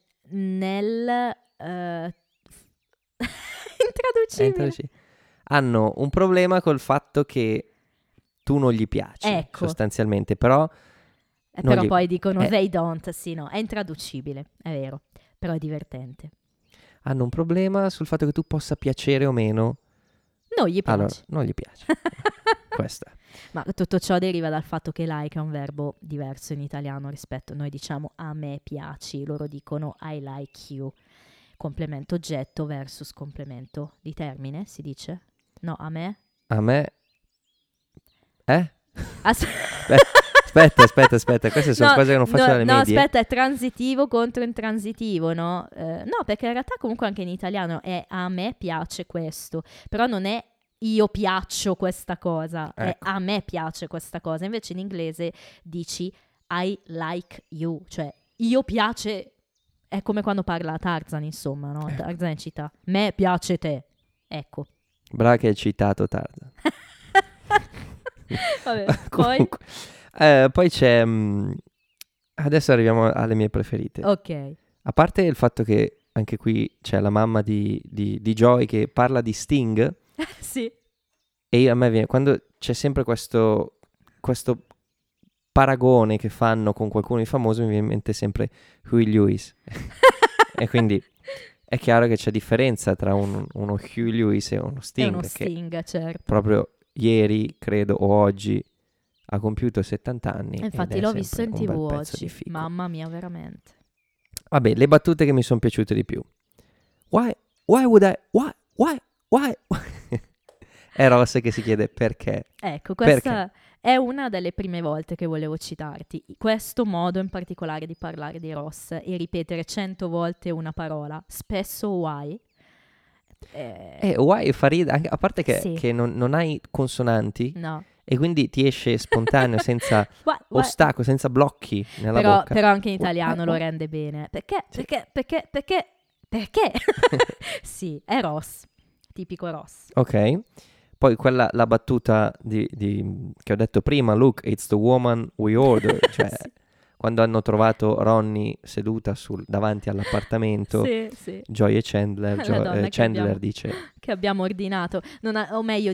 intraducibile. Hanno un problema col fatto che tu non gli piaci, Ecco. sostanzialmente, però... Però poi dicono they don't, sì, no, è intraducibile, è vero, però è divertente. Hanno un problema sul fatto che tu possa piacere o meno. Non gli piace. Allora, non gli piace. Questa. Ma tutto ciò deriva dal fatto che like è un verbo diverso in italiano rispetto a noi diciamo a me piaci, loro dicono I like you. Complemento oggetto versus complemento di termine, si dice? No, a me? A me... Aspetta, queste sono cose che non faccio alle medie. No, aspetta, è transitivo contro intransitivo, no? No, perché in realtà comunque anche in italiano è a me piace questo, però non è io piaccio questa cosa, Ecco. è a me piace questa cosa. Invece in inglese dici I like you, cioè io piace È come quando parla Tarzan, insomma, no? Tarzan è cita. Me piace te. Ecco. Brava che hai citato Tarzan. Vabbè, poi? Comunque, poi c'è... adesso arriviamo alle mie preferite. Ok. A parte il fatto che anche qui c'è la mamma di Joy che parla di Sting, Sì. e a me viene... Quando c'è sempre questo paragone che fanno con qualcuno di famoso, mi viene in mente sempre Huey Lewis. E quindi è chiaro che c'è differenza tra uno Huey Lewis e uno Sting. È uno che Sting, certo. proprio ieri, credo, o oggi, ha compiuto 70 anni. Infatti ed è l'ho visto in sempre TV un bel pezzo oggi. di fico. Mamma mia, veramente. Vabbè, le battute che mi sono piaciute di più. Why would I... Why? È Ross che si chiede perché. Ecco, questa è una delle prime volte che volevo citarti. Questo modo in particolare di parlare di Ross e ripetere 100 volte una parola, spesso why. Why fa ridere, a parte che, Sì. che non hai consonanti No. e quindi ti esce spontaneo, senza Why? ostacoli, senza blocchi nella bocca. Però anche in italiano lo rende bene. Perché? Sì, è Ross. Tipico Ross. Ok. Poi la battuta che ho detto prima, look, it's the woman we order, cioè Sì. quando hanno trovato Ronnie seduta davanti all'appartamento, Sì. Joy e Chandler, La donna che Chandler abbiamo- dice, Che abbiamo ordinato. O meglio,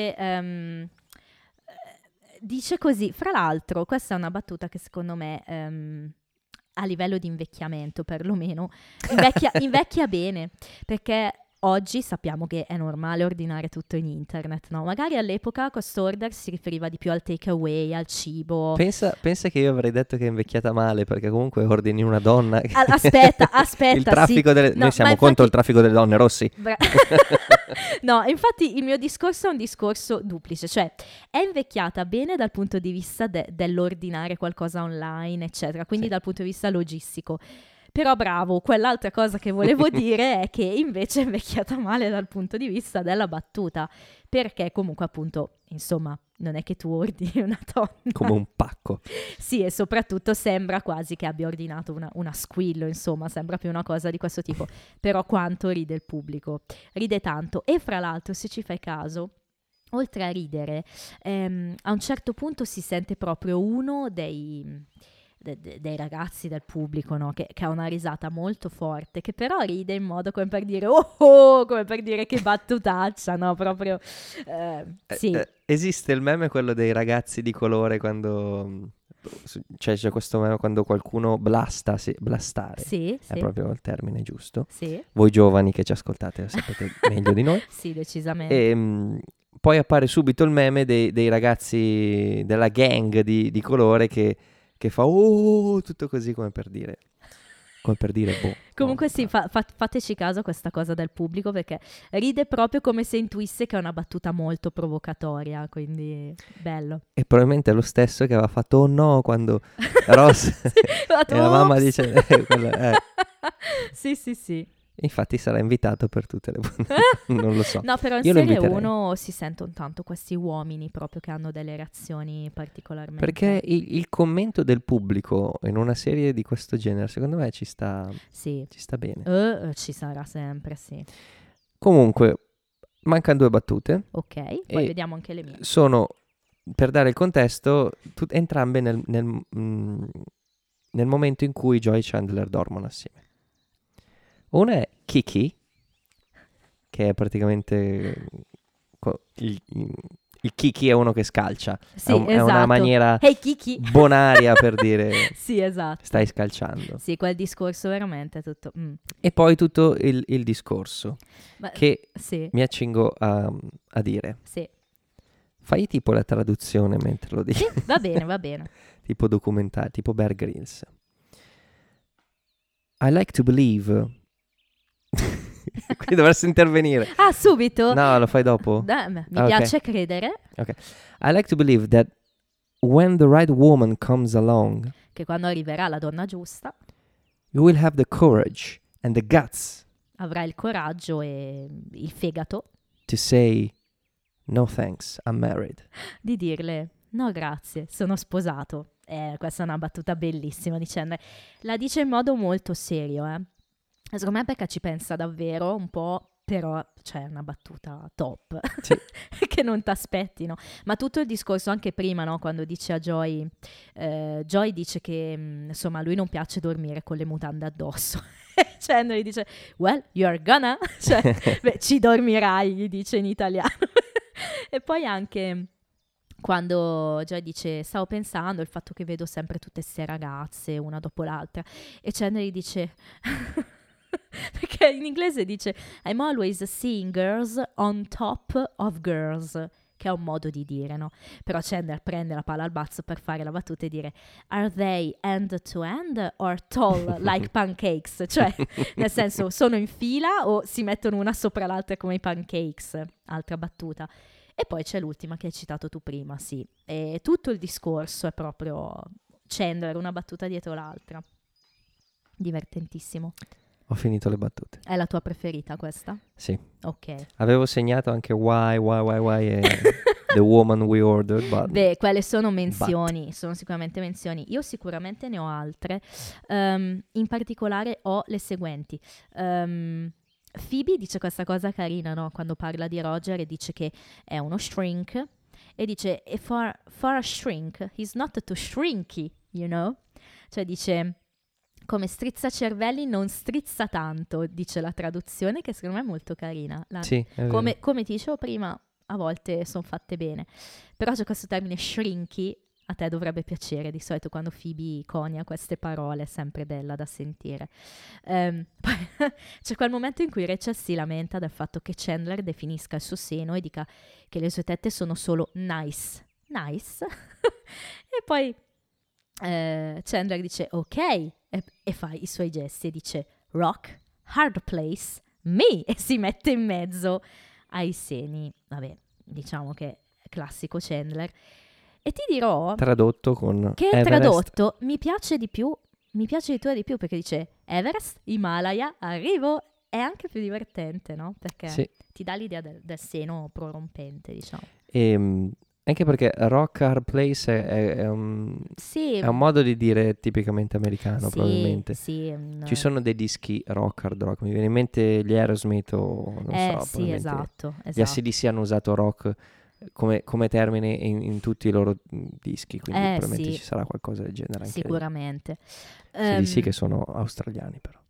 dice così. Fra l'altro, questa è una battuta che secondo me, a livello di invecchiamento perlomeno, invecchia bene. Perché oggi sappiamo che è normale ordinare tutto in internet, no? Magari all'epoca questo order si riferiva di più al takeaway, al cibo. pensa che io avrei detto che è invecchiata male, perché comunque ordini una donna. Aspetta, Il traffico sì. noi siamo contro il traffico delle donne, Rossi. No, infatti il mio discorso è un discorso duplice, cioè è invecchiata bene dal punto di vista dell'ordinare qualcosa online, eccetera, quindi Sì. dal punto di vista logistico. Però bravo, quell'altra cosa che volevo dire è che invece è invecchiata male dal punto di vista della battuta, perché comunque appunto, insomma, non è che tu ordini una donna. Come un pacco. Sì, e soprattutto sembra quasi che abbia ordinato una squillo, insomma, sembra più una cosa di questo tipo. Però quanto ride il pubblico, ride tanto. E fra l'altro, se ci fai caso, oltre a ridere, a un certo punto si sente proprio uno dei ragazzi del pubblico, no? che ha una risata molto forte, che però ride in modo come per dire come per dire che battutaccia, no? Proprio sì. Esiste il meme, quello dei ragazzi di colore, quando c'è questo meme quando qualcuno blastare. Sì, È sì, proprio il termine giusto. sì, Voi giovani che ci ascoltate lo sapete meglio di noi. sì, decisamente. E poi appare subito il meme dei ragazzi della gang di colore che fa tutto così, come per dire boh. Comunque sì, fateci caso a questa cosa del pubblico, perché ride proprio come se intuisse che è una battuta molto provocatoria, quindi bello. E probabilmente è lo stesso che aveva fatto no quando Ross e la mamma Ops! dice Sì. Infatti sarà invitato per tutte le non lo so. No, però in Io lo serie inviterei. 1 si sentono tanto questi uomini proprio che hanno delle reazioni particolarmente... Perché il commento del pubblico in una serie di questo genere, secondo me ci sta Sì, bene. ci sarà sempre, sì. Comunque, mancano 2 battute. Ok, E poi vediamo anche le mie. sono, per dare il contesto, entrambe nel momento in cui Joy e Chandler dormono assieme. Una è Kiki, che è praticamente il Kiki è uno che scalcia. Sì, è esatto. una maniera Hey Kiki! bonaria per dire Sì, esatto. stai scalciando. Sì, quel discorso veramente è tutto... E poi tutto il discorso Ma, che sì, mi accingo a dire. sì. Fai tipo la traduzione mentre lo dici. Sì, va bene. Tipo documentario, tipo Bear Grylls. I like to believe. Qui dovresti intervenire. Ah, subito? No, lo fai dopo? Mi Ah, ok. piace credere I like to believe that when the right woman comes along, che quando arriverà la donna giusta you will have the courage and the guts avrà il coraggio e il fegato to say, no thanks, I'm married. di dirle no grazie, sono sposato. Questa è una battuta bellissima di Chandler. La dice in modo molto serio, secondo me perché ci pensa davvero un po', però c'è una battuta top, Sì. che non ti aspetti, no? Ma tutto il discorso anche prima, no? Quando dice a Joy, Joy dice che insomma a lui non piace dormire con le mutande addosso. Chandler gli dice, well, you're gonna, cioè, beh, ci dormirai, gli dice in italiano. E poi anche quando Joy dice, stavo pensando il fatto che vedo sempre tutte queste ragazze, una dopo l'altra, e Chandler gli dice... perché in inglese dice I'm always seeing girls on top of girls, che è un modo di dire, no? Però Chandler prende la palla al balzo per fare la battuta e dire are they end to end or tall like pancakes? Cioè, nel senso, sono in fila o si mettono una sopra l'altra come i pancakes? Altra battuta. E poi c'è l'ultima che hai citato tu prima, sì. E tutto il discorso è proprio Chandler, una battuta dietro l'altra. Divertentissimo. Ho finito le battute. È la tua preferita questa? Sì. Ok. Avevo segnato anche why e The Woman We Ordered, but... Beh, quelle sono menzioni, sono sicuramente menzioni. Io sicuramente ne ho altre. In particolare ho le seguenti. Phoebe dice questa cosa carina, no? Quando parla di Roger e dice che è uno shrink. E dice, for a shrink, he's not too shrinky, you know? Cioè dice... come strizzacervelli non strizza tanto, dice la traduzione, che secondo me è molto carina. Sì, è vero. Come ti dicevo prima, a volte sono fatte bene. Però c'è questo termine shrinky, a te dovrebbe piacere. Di solito quando Phoebe conia queste parole è sempre bella da sentire. Poi c'è quel momento in cui Rachel si lamenta del fatto che Chandler definisca il suo seno e dica che le sue tette sono solo nice. Nice? E poi... Chandler dice ok e fa i suoi gesti e dice rock, hard place, me, e si mette in mezzo ai seni. Vabbè, diciamo che è classico Chandler. E ti dirò tradotto con che Everest. Tradotto mi piace di più perché dice Everest, Himalaya, arrivo. È anche più divertente, no? Perché sì. ti dà l'idea del seno prorompente, diciamo. Anche perché rock hard place è un modo di dire tipicamente americano, probabilmente. Sì, ci sono dei dischi rock, hard rock, mi viene in mente gli Aerosmith o non so, sì, esatto. Gli AC/DC hanno usato rock come termine in tutti i loro dischi, quindi probabilmente ci sarà qualcosa del genere anche sicuramente. AC/DC che sono australiani però.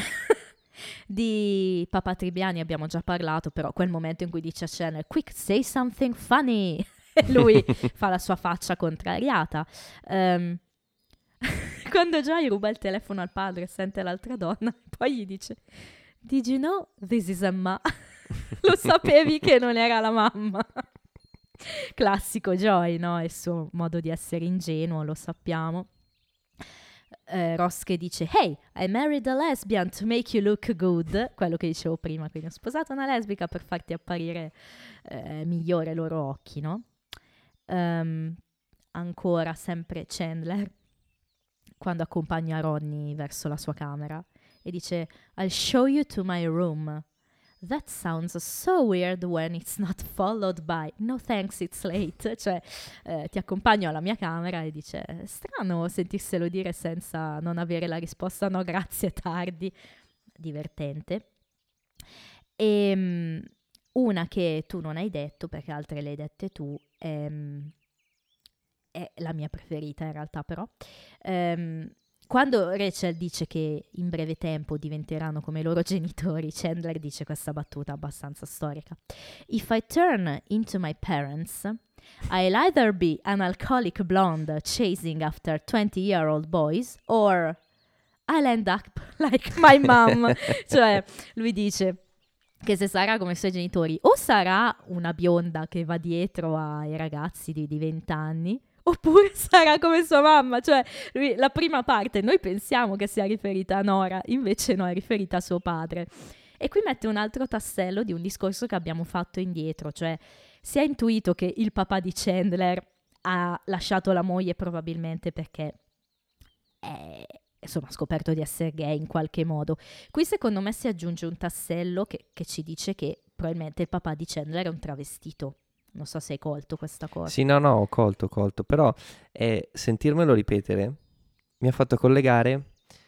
Di Papa Tribiani abbiamo già parlato, però quel momento in cui dice a Chandler quick, say something funny. Lui fa la sua faccia contrariata. Quando Joy ruba il telefono al padre e sente l'altra donna, poi gli dice did you know this is Emma? Lo sapevi che non era la mamma? Classico Joy, no? Il suo modo di essere ingenuo, lo sappiamo. Ross che dice hey, I married a lesbian to make you look good, quello che dicevo prima, quindi ho sposato una lesbica per farti apparire migliore ai loro occhi, no? Ancora sempre Chandler quando accompagna Ronnie verso la sua camera e dice I'll show you to my room. That sounds so weird when it's not followed by no thanks, it's late. Cioè ti accompagno alla mia camera e dice strano sentirselo dire senza non avere la risposta no grazie, è tardi. Divertente. E una che tu non hai detto perché altre le hai dette tu è la mia preferita in realtà, però quando Rachel dice che in breve tempo diventeranno come i loro genitori, Chandler dice questa battuta abbastanza storica. If I turn into my parents, I'll either be an alcoholic blonde chasing after 20-year-old boys or I'll end up like my mom. Cioè, lui dice che se sarà come i suoi genitori o sarà una bionda che va dietro ai ragazzi di 20 anni oppure sarà come sua mamma. Cioè lui, la prima parte noi pensiamo che sia riferita a Nora, invece no, è riferita a suo padre. E qui mette un altro tassello di un discorso che abbiamo fatto indietro, cioè si è intuito che il papà di Chandler ha lasciato la moglie probabilmente perché insomma ha scoperto di essere gay in qualche modo. Qui secondo me si aggiunge un tassello che ci dice che probabilmente il papà di Chandler è un travestito. Non so se hai colto questa cosa. Sì, no, ho colto, però sentirmelo ripetere mi ha fatto collegare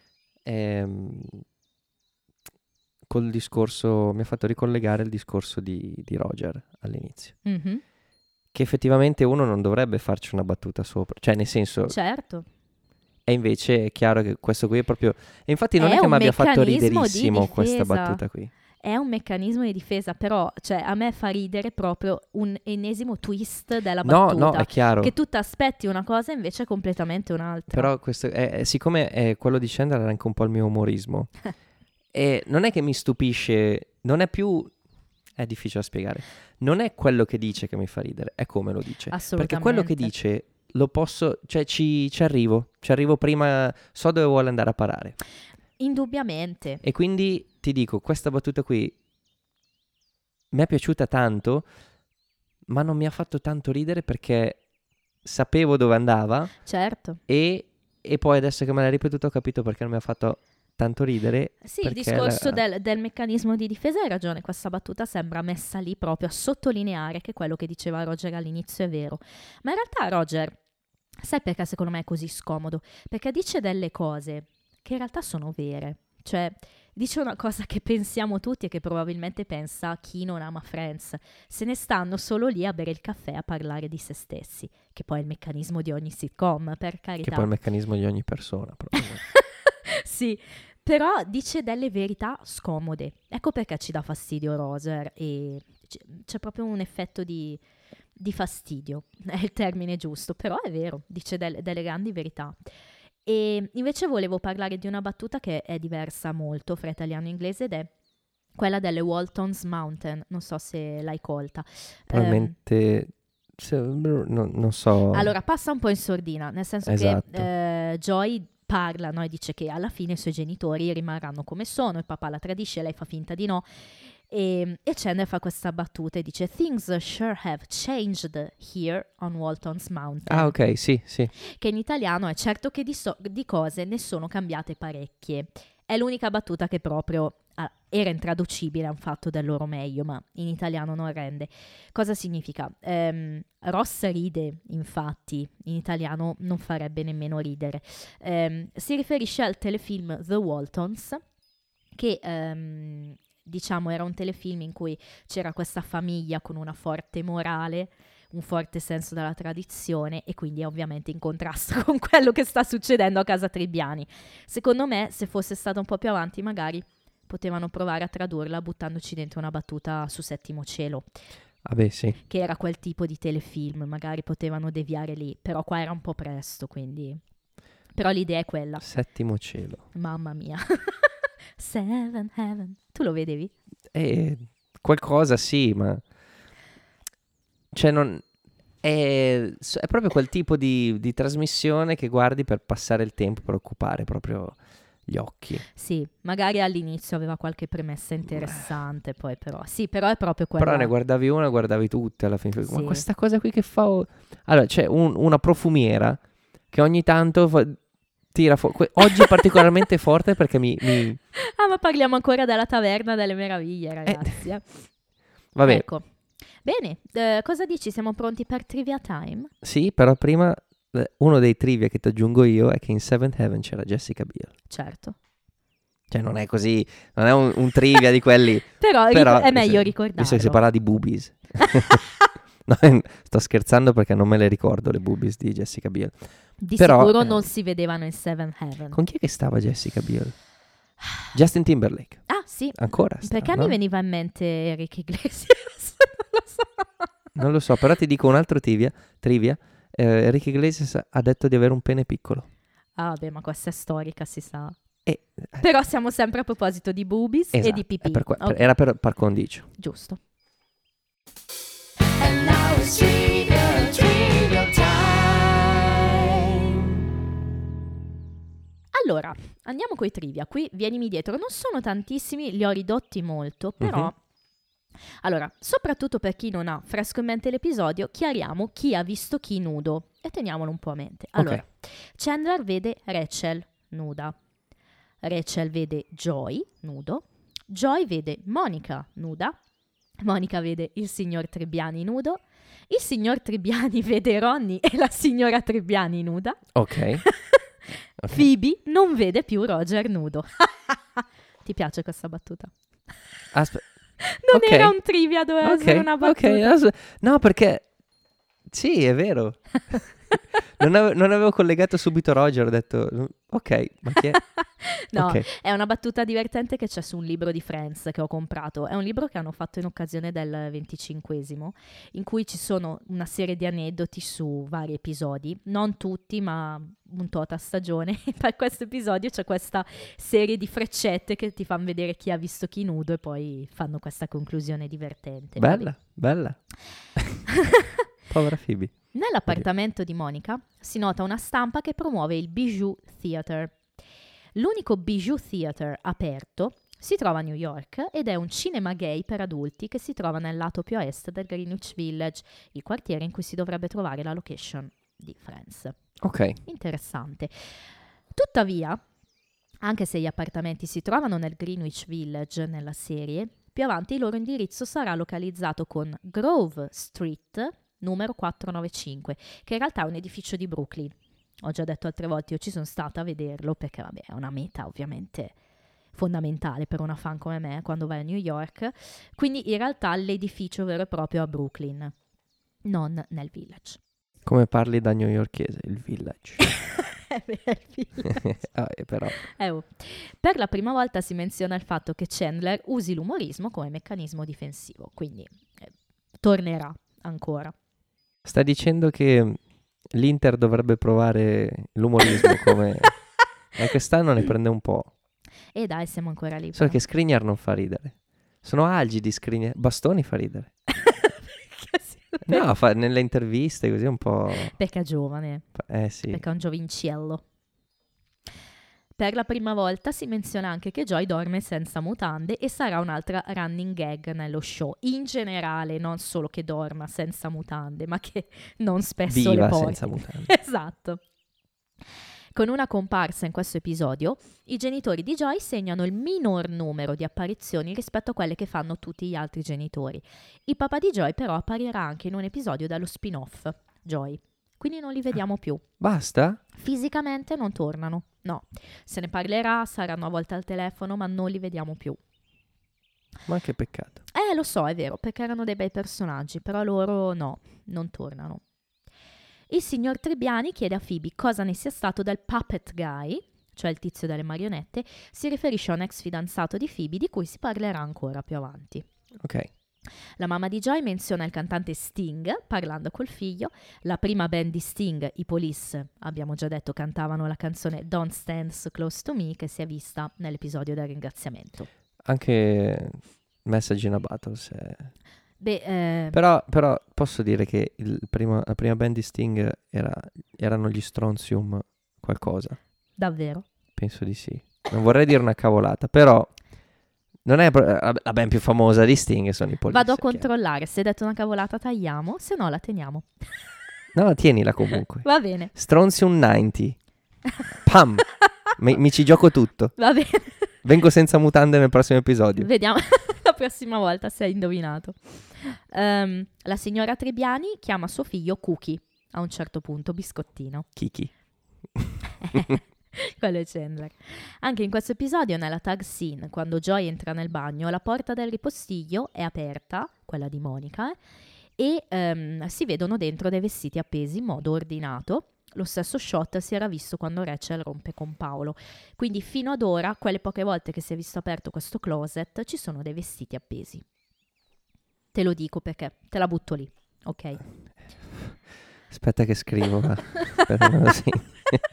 col discorso, mi ha fatto ricollegare il discorso di Roger all'inizio. Mhm. Che effettivamente uno non dovrebbe farci una battuta sopra, cioè nel senso, Certo. e invece è chiaro che questo qui è proprio... E infatti non È è che un mi abbia fatto meccanismo di riderissimo questa difesa. battuta qui. È un meccanismo di difesa, però cioè, a me fa ridere proprio un ennesimo twist della battuta. No, è chiaro. Che tu ti aspetti una cosa e invece è completamente un'altra. Però questo siccome quello di Chandler era anche un po' il mio umorismo, e non è che mi stupisce, non è più... È difficile da spiegare. Non è quello che dice che mi fa ridere, è come lo dice. Assolutamente. Perché quello che dice lo posso... Cioè ci arrivo prima, so dove vuole andare a parare. Indubbiamente. E quindi ti dico, questa battuta qui mi è piaciuta tanto, ma non mi ha fatto tanto ridere perché sapevo dove andava. Certo. E poi adesso che me l'hai ripetuto ho capito perché non mi ha fatto tanto ridere. Sì, il discorso del meccanismo di difesa, hai ragione, questa battuta sembra messa lì proprio a sottolineare che quello che diceva Roger all'inizio è vero. Ma in realtà Roger, sai perché secondo me è così scomodo? Perché dice delle cose che in realtà sono vere. Cioè, dice una cosa che pensiamo tutti e che probabilmente pensa chi non ama Friends. Se ne stanno solo lì a bere il caffè a parlare di se stessi, che poi è il meccanismo di ogni sitcom, per carità. Che poi è il meccanismo di ogni persona. Sì, però dice delle verità scomode. Ecco perché ci dà fastidio Roger e c'è proprio un effetto di fastidio, è il termine giusto, però è vero, dice delle grandi verità. E invece volevo parlare di una battuta che è diversa molto fra italiano e inglese ed è quella delle Walton's Mountain, non so se l'hai colta. Probabilmente, non so. Allora, passa un po' in sordina, nel senso che Joy parla, no? E dice che alla fine i suoi genitori rimarranno come sono, il papà la tradisce, lei fa finta di no. E Chandler fa questa battuta e dice "Things sure have changed here on Walton's Mountain". Ah, ok, sì. Che in italiano è certo che di cose ne sono cambiate parecchie. È l'unica battuta che proprio era intraducibile, hanno fatto del loro meglio, ma in italiano non rende. Cosa significa? Ross ride, infatti, in italiano non farebbe nemmeno ridere. Si riferisce al telefilm The Waltons, che diciamo era un telefilm in cui c'era questa famiglia con una forte morale, un forte senso della tradizione e quindi è ovviamente in contrasto con quello che sta succedendo a casa Tribbiani. Secondo me, se fosse stato un po' più avanti, magari potevano provare a tradurla buttandoci dentro una battuta su Settimo Cielo. Vabbè, sì. Che era quel tipo di telefilm, magari potevano deviare lì, però qua era un po' presto, quindi... Però l'idea è quella. Settimo Cielo. Mamma mia. Seven Heaven. Tu lo vedevi? Qualcosa sì, ma... Cioè non... È proprio quel tipo di trasmissione che guardi per passare il tempo, per occupare proprio gli occhi. Sì, magari all'inizio aveva qualche premessa interessante, poi però... Sì, però è proprio quella... Però ne guardavi una, guardavi tutte alla fine. Sì. Ma questa cosa qui che fa... Allora, c'è una profumiera che ogni tanto tira fuori... Oggi è particolarmente forte perché mi... Ah, ma parliamo ancora della Taverna delle Meraviglie, ragazzi. Vabbè. Ecco. Bene, cosa dici? Siamo pronti per Trivia Time? Sì, però prima uno dei trivia che ti aggiungo io è che in Seventh Heaven c'era Jessica Biel. Certo. Cioè non è così, non è un trivia di quelli... però è meglio ricordarlo. Visto che si parla di boobies. No, sto scherzando perché non me le ricordo le boobies di Jessica Biel. Di però, sicuro non si vedevano in Seventh Heaven. Con chi è che stava Jessica Biel? Justin Timberlake. Ah, sì. Ancora sta, perché no? mi veniva in mente Enrique Iglesias? Non lo so. Non lo so, però ti dico un altro trivia. Enrique Iglesias ha detto di avere un pene piccolo. Ah, vabbè, ma questa è storica, si sa. Però siamo sempre a proposito di boobies esatto, e di pipì. Okay. Era per par condicio. Giusto. And now it's trivia time. Allora, andiamo coi trivia. Qui vienimi dietro. Non sono tantissimi, li ho ridotti molto, però... Allora, soprattutto per chi non ha fresco in mente l'episodio, chiariamo chi ha visto chi nudo e teniamolo un po' a mente. Allora, Chandler vede Rachel nuda, Rachel vede Joy nudo, Joy vede Monica nuda, Monica vede il signor Tribbiani nudo, Il signor Tribbiani vede Ronnie e la signora Tribbiani nuda. Ok. Ok. Phoebe non vede più Roger nudo. Ti piace questa battuta? Aspetta. Non Ok. era un trivia, doveva essere una battuta. No, perché... Sì, è vero. Non avevo collegato subito Roger, ho detto, ok, ma chi è? No, Ok. è una battuta divertente che c'è su un libro di Friends che ho comprato. È un libro che hanno fatto in occasione del 25esimo, in cui ci sono una serie di aneddoti su vari episodi, non tutti, ma un tot a stagione. E per questo episodio c'è questa serie di freccette che ti fanno vedere chi ha visto chi nudo e poi fanno questa conclusione divertente. Bella, bella. Povera Phoebe. Nell'appartamento di Monica si nota una stampa che promuove il Bijou Theater. L'unico Bijou Theater aperto si trova a New York ed è un cinema gay per adulti che si trova nel lato più a est del Greenwich Village, il quartiere in cui si dovrebbe trovare la location di Friends. Ok. Interessante. Tuttavia, anche se gli appartamenti si trovano nel Greenwich Village nella serie, più avanti il loro indirizzo sarà localizzato con Grove Street numero 495, che in realtà è un edificio di Brooklyn. Ho già detto altre volte, io ci sono stata a vederlo perché vabbè è una meta ovviamente fondamentale per una fan come me quando vai a New York. Quindi in realtà l'edificio vero e proprio è a Brooklyn, non nel Village. Come parli da newyorkese, il village. È vero, il Village. Però. Per la prima volta si menziona il fatto che Chandler usi l'umorismo come meccanismo difensivo, quindi tornerà ancora. Stai dicendo che l'Inter dovrebbe provare l'umorismo come... quest'anno ne prende un po'. E dai, siamo ancora lì. Solo che Skriniar non fa ridere. Sono algidi Skriniar. Bastoni fa ridere. No, nelle interviste così un po'... Perché è giovane, Sì. perché è un giovincello. Per la prima volta si menziona anche che Joy dorme senza mutande e sarà un'altra running gag nello show. In generale, non solo che dorma senza mutande, ma che non spesso Viva le porti. senza mutande. Esatto. Con una comparsa in questo episodio, i genitori di Joy segnano il minor numero di apparizioni rispetto a quelle che fanno tutti gli altri genitori. Il papà di Joy però apparirà anche in un episodio dello spin-off, Joy. Quindi non li vediamo più. Basta? Fisicamente non tornano. No, se ne parlerà, saranno a volte al telefono, ma non li vediamo più. Ma che peccato. Lo so, è vero, perché erano dei bei personaggi, però loro no, non tornano. Il signor Tribbiani chiede a Phoebe cosa ne sia stato del puppet guy, cioè il tizio delle marionette. Si riferisce a un ex fidanzato di Phoebe di cui si parlerà ancora più avanti. Ok. La mamma di Joy menziona il cantante Sting parlando col figlio. La prima band di Sting, i Police, abbiamo già detto, cantavano la canzone Don't Stand So Close To Me, che si è vista nell'episodio del ringraziamento. Anche Message in a Battle. Però posso dire che la prima band di Sting erano gli Strontium qualcosa. Davvero? Penso di sì. Non vorrei dire una cavolata, però non è la band più famosa di Sting, sono i Police. Vado a controllare, se hai detto una cavolata tagliamo, se no la teniamo. No, tienila comunque. Va bene. Strontium 90. Pam! mi ci gioco tutto. Va bene. Vengo senza mutande nel prossimo episodio. Vediamo la prossima volta se hai indovinato. La signora Tribbiani chiama suo figlio Cookie, a un certo punto biscottino. Kiki. Quello è Chandler. Anche in questo episodio, nella tag scene, quando Joy entra nel bagno, la porta del ripostiglio è aperta, quella di Monica, e si vedono dentro dei vestiti appesi in modo ordinato. Lo stesso shot si era visto quando Rachel rompe con Paolo. Quindi fino ad ora, quelle poche volte che si è visto aperto questo closet, ci sono dei vestiti appesi. Te lo dico perché te la butto lì, ok? Aspetta che scrivo. Aspetta, me lo segno.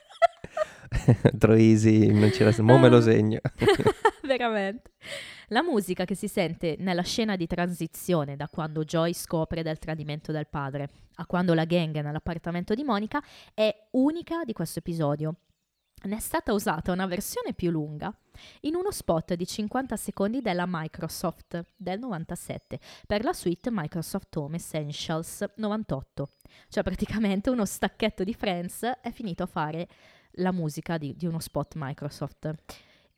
Troisi, non c'era... Mo me lo segno. Veramente. La musica che si sente nella scena di transizione da quando Joy scopre del tradimento del padre a quando la gang è nell'appartamento di Monica è unica di questo episodio. Ne è stata usata una versione più lunga in uno spot di 50 secondi della Microsoft del 97 per la suite Microsoft Home Essentials 98. Cioè praticamente uno stacchetto di Friends è finito a fare la musica di uno spot Microsoft.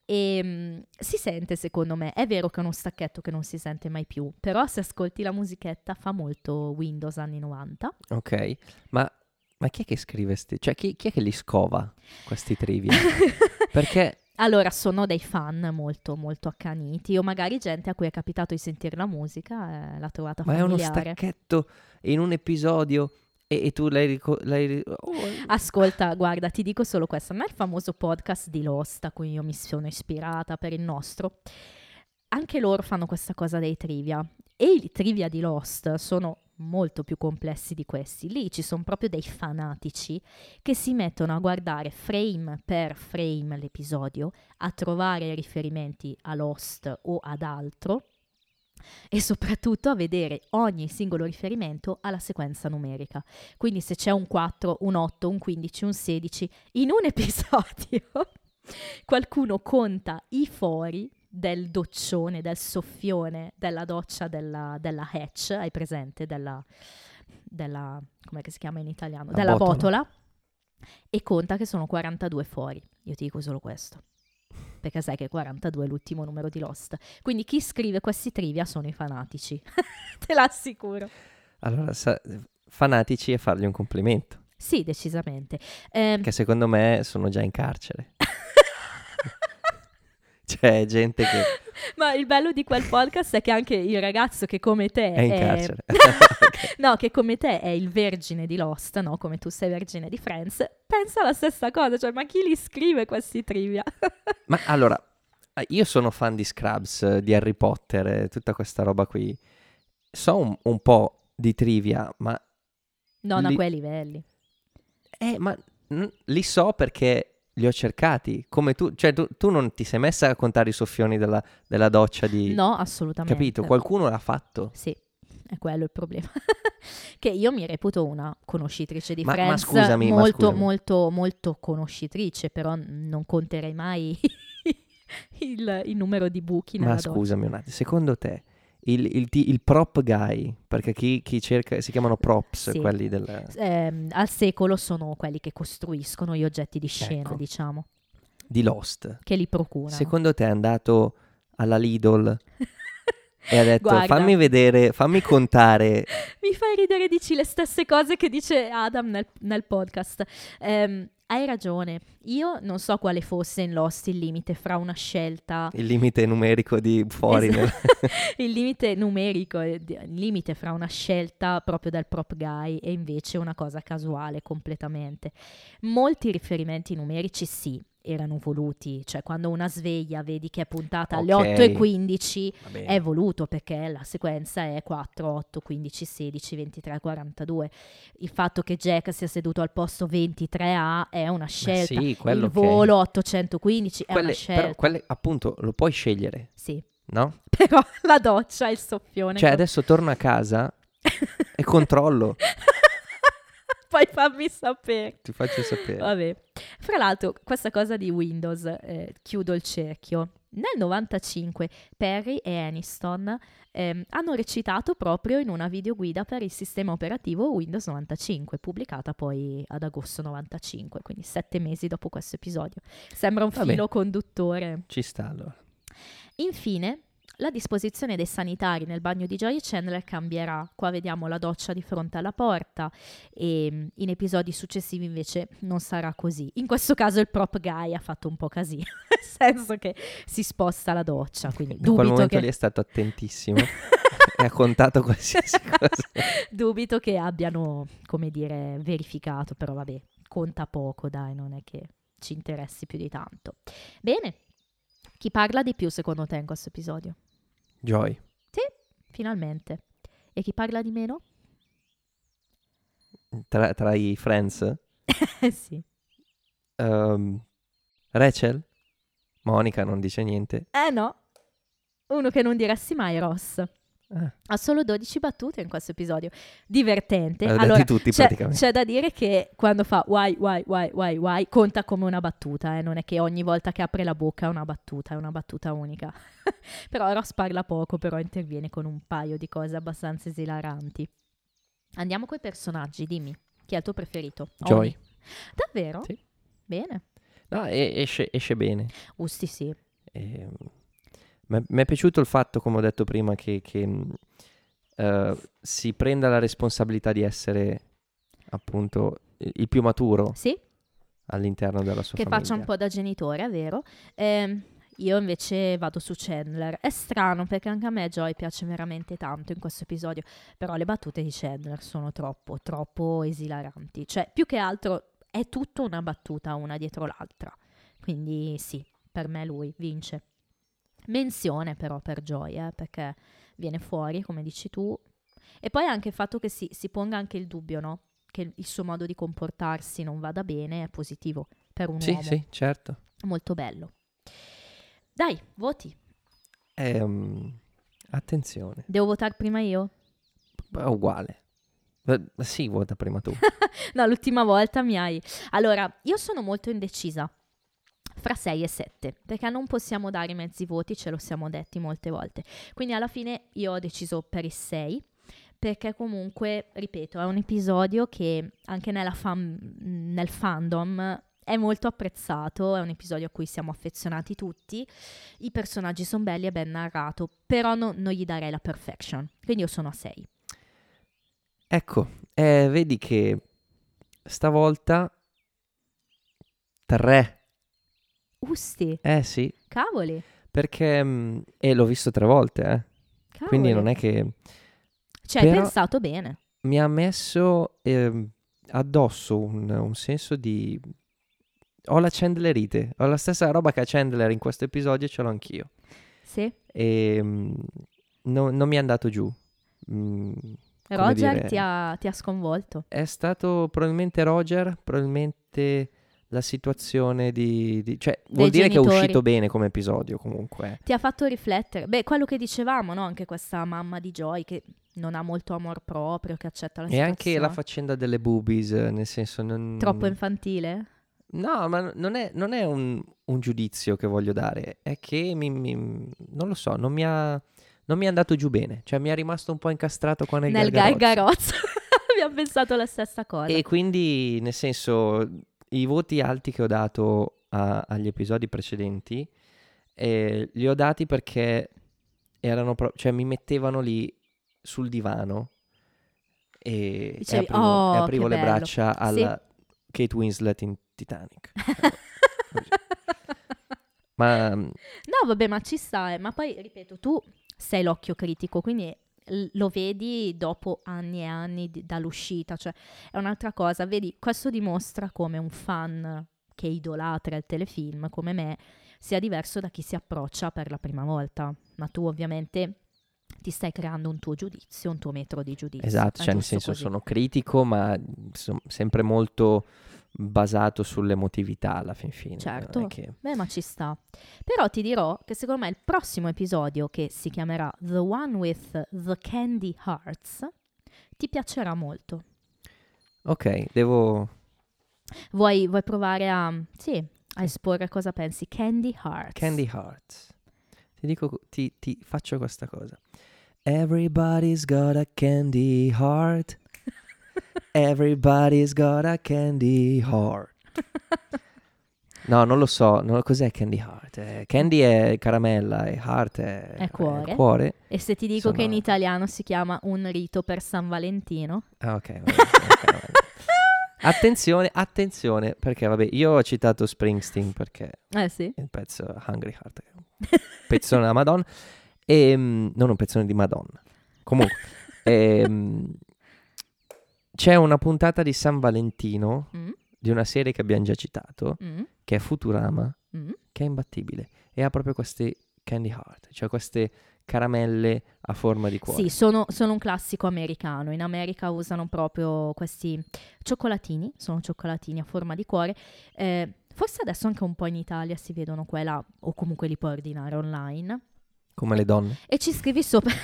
Si sente, secondo me, è vero che è uno stacchetto che non si sente mai più, però se ascolti la musichetta fa molto Windows anni 90. Ok, ma chi è che scrive cioè chi è che li scova questi trivia? Perché Allora, sono dei fan molto, molto accaniti, o magari gente a cui è capitato di sentire la musica, l'ha trovata ma è uno familiare. stacchetto in un episodio e tu Ascolta, guarda, ti dico solo questo. Nel famoso podcast di Lost, a cui io mi sono ispirata per il nostro, anche loro fanno questa cosa dei trivia. E i trivia di Lost sono molto più complessi di questi. Lì ci sono proprio dei fanatici che si mettono a guardare frame per frame l'episodio, a trovare riferimenti a Lost o ad altro, e soprattutto a vedere ogni singolo riferimento alla sequenza numerica. Quindi se c'è un 4, un 8, un 15, un 16, in un episodio qualcuno conta i fori del doccione, del soffione, della doccia della Hatch, hai presente? Della come si chiama in italiano? La Della botola. botola, e conta che sono 42 fori. Io ti dico solo questo, perché sai che 42 è l'ultimo numero di Lost. Quindi chi scrive questi trivia sono i fanatici, te l'assicuro. allora fanatici e fargli un complimento, Sì, decisamente. che secondo me sono già in carcere. C'è gente che Ma il bello di quel podcast è che anche il ragazzo che come te è in carcere. Ok. no, che come te è il vergine di Lost, no? Come tu sei vergine di Friends, pensa la stessa cosa, cioè ma chi li scrive questi trivia? Ma allora, io sono fan di Scrubs, di Harry Potter, tutta questa roba qui. So un po' di trivia, ma Non a li, quei livelli. ma li so perché li ho cercati. Come tu, cioè tu non ti sei messa a contare i soffioni della doccia di... No, assolutamente. Capito? Qualcuno l'ha fatto. Sì, è quello il problema. Che io mi reputo una conoscitrice di Ma Friends, scusami, molto, scusami. molto, molto conoscitrice, però non conterei mai il numero di buchi nella Ma doccia. scusami un attimo, secondo te il prop guy, perché chi cerca, si chiamano props, Sì. quelli del... Al secolo sono quelli che costruiscono gli oggetti di scena, Ecco. diciamo, di Lost. che li procurano. Secondo te è andato alla Lidl e ha detto Guarda, fammi contare... mi fai ridere, dici le stesse cose che dice Adam nel podcast. Hai ragione, io non so quale fosse in Lost il limite fra una scelta... Il limite numerico di fuori. Il limite numerico, il limite fra una scelta proprio del prop guy e invece una cosa casuale completamente. Molti riferimenti numerici sì, erano voluti, cioè quando una sveglia vedi che è puntata alle Ok. 8:15 Va bene. è voluto perché la sequenza è 4, 8, 15, 16, 23, 42. Il fatto che Jack sia seduto al posto 23A è una scelta. sì, quello il ok. volo 815 è una Però scelta. quelle appunto lo puoi scegliere, Sì, no? però la doccia e il soffione. Cioè adesso torno a casa e controllo, Poi fammi sapere. ti faccio sapere. Vabbè. Fra l'altro, questa cosa di Windows, chiudo il cerchio. Nel 95 Perry e Aniston hanno recitato proprio in una videoguida per il sistema operativo Windows 95, pubblicata poi ad agosto 95, quindi 7 mesi dopo questo episodio. Sembra un Vabbè. filo conduttore. Ci sta allora. Infine, la disposizione dei sanitari nel bagno di Joy e Chandler cambierà. Qua vediamo la doccia di fronte alla porta e in episodi successivi invece non sarà così. In questo caso il prop guy ha fatto un po' casino, nel senso che si sposta la doccia, quindi In quel dubito momento lì che... è stato attentissimo e ha contato qualsiasi cosa. Dubito che abbiano, come dire, verificato, però vabbè, conta poco, dai, non è che ci interessi più di tanto. Bene, chi parla di più secondo te in questo episodio? Joy. Sì, finalmente. E chi parla di meno? Tra i friends, Sì. Rachel, Monica non dice niente. No, uno che non diresti mai, Ross. Ah, Ha solo 12 battute in questo episodio. Divertente. l'ho Allora, detti tutti praticamente. c'è da dire che quando fa why, conta come una battuta, non è che ogni volta che apre la bocca è una battuta unica. Però Ross parla poco, però interviene con un paio di cose abbastanza esilaranti. Andiamo coi personaggi, dimmi. Chi è il tuo preferito? Joy. Davvero? Sì. Bene. No, esce bene. Usti sì. Mi è piaciuto il fatto, come ho detto prima, che si prenda la responsabilità di essere appunto il più maturo Sì, all'interno della sua che famiglia. faccia un po' da genitore, è vero. Io invece vado su Chandler. È strano perché anche a me Joy piace veramente tanto in questo episodio, però le battute di Chandler sono troppo esilaranti. Cioè, più che altro è tutto una battuta una dietro l'altra. Quindi sì, per me lui vince. Menzione però per Joy, perché viene fuori, come dici tu. E poi anche il fatto che si ponga anche il dubbio, no? Che il suo modo di comportarsi non vada bene è positivo per un Sì, uomo. sì, certo. Molto bello. Dai, voti. Attenzione, Devo votare prima io? è uguale. Sì, vota prima tu. No, l'ultima volta mi hai... Allora, io sono molto indecisa fra 6 e 7, perché non possiamo dare mezzi voti, ce lo siamo detti molte volte. Quindi alla fine io ho deciso per i 6, perché comunque, ripeto, è un episodio che anche nel fandom è molto apprezzato, è un episodio a cui siamo affezionati tutti, i personaggi sono belli, è ben narrato, però non gli darei la perfection, quindi io sono a 6. Ecco, vedi che stavolta 3. Usti, Sì, cavoli, perché l'ho visto 3 volte, cavoli. quindi non è che Ci hai però pensato bene. mi ha messo addosso un senso di... Ho la Chandlerite, ho la stessa roba che ha Chandler in questo episodio, ce l'ho anch'io. Sì. E non mi è andato giù. Come Roger dire, ti ha sconvolto. è stato probabilmente Roger, probabilmente la situazione cioè, vuol dire che è genitori. uscito bene come episodio comunque. Ti ha fatto riflettere. Beh, quello che dicevamo, no? Anche questa mamma di Joy che non ha molto amor proprio, che accetta la E situazione. anche la faccenda delle boobies, nel senso... Troppo infantile? No, ma non è un giudizio che voglio dare, è che non lo so, non mi è andato giù bene, cioè mi è rimasto un po' incastrato qua nel Nel gargarozzo. Gargarozzo. Abbiamo pensato la stessa cosa. E quindi, nel senso, i voti alti che ho dato agli episodi precedenti, li ho dati perché erano cioè mi mettevano lì sul divano e Dicevi, aprivo, "Oh, e aprivo che le bello." braccia Sì. alla Kate Winslet in Titanic. Ma No, vabbè, ma ci sta. Ma poi, ripeto, tu sei l'occhio critico, quindi lo vedi dopo anni e anni dall'uscita. Cioè, è un'altra cosa. Vedi, questo dimostra come un fan che idolatra il telefilm, come me, sia diverso da chi si approccia per la prima volta. Ma tu, ovviamente, ti stai creando un tuo giudizio, un tuo metro di giudizio. esatto, È cioè nel giusto senso così. sono critico, ma sempre molto basato sull'emotività alla fin fine. Certo. Non è che... Beh, ma ci sta. Però ti dirò che secondo me il prossimo episodio, che si chiamerà The One with the Candy Hearts, ti piacerà molto. Ok, devo... Vuoi provare a esporre cosa pensi? Candy Hearts. Candy Hearts. Ti dico, ti faccio questa cosa. Everybody's got a candy heart. Everybody's got a candy heart. No, non lo so. Cos'è candy heart? Candy è caramella e heart è cuore. cuore. E se ti dico che in Sono- italiano si chiama Un rito per San Valentino? Ah, ok. Va bene. Attenzione, perché vabbè, io ho citato Springsteen perché Sì. il pezzo Hungry Heart è un pezzone della Madonna, e non un pezzone di Madonna. Comunque, c'è una puntata di San Valentino Mm, di una serie che abbiamo già citato, mm, che è Futurama, mm. che è imbattibile e ha proprio queste candy heart, cioè queste caramelle a forma di cuore. Sì, sono un classico americano. In America usano proprio questi cioccolatini, sono cioccolatini a forma di cuore. Forse adesso anche un po' in Italia si vedono qua e là, o comunque li puoi ordinare online. Come le donne. E ci scrivi sopra...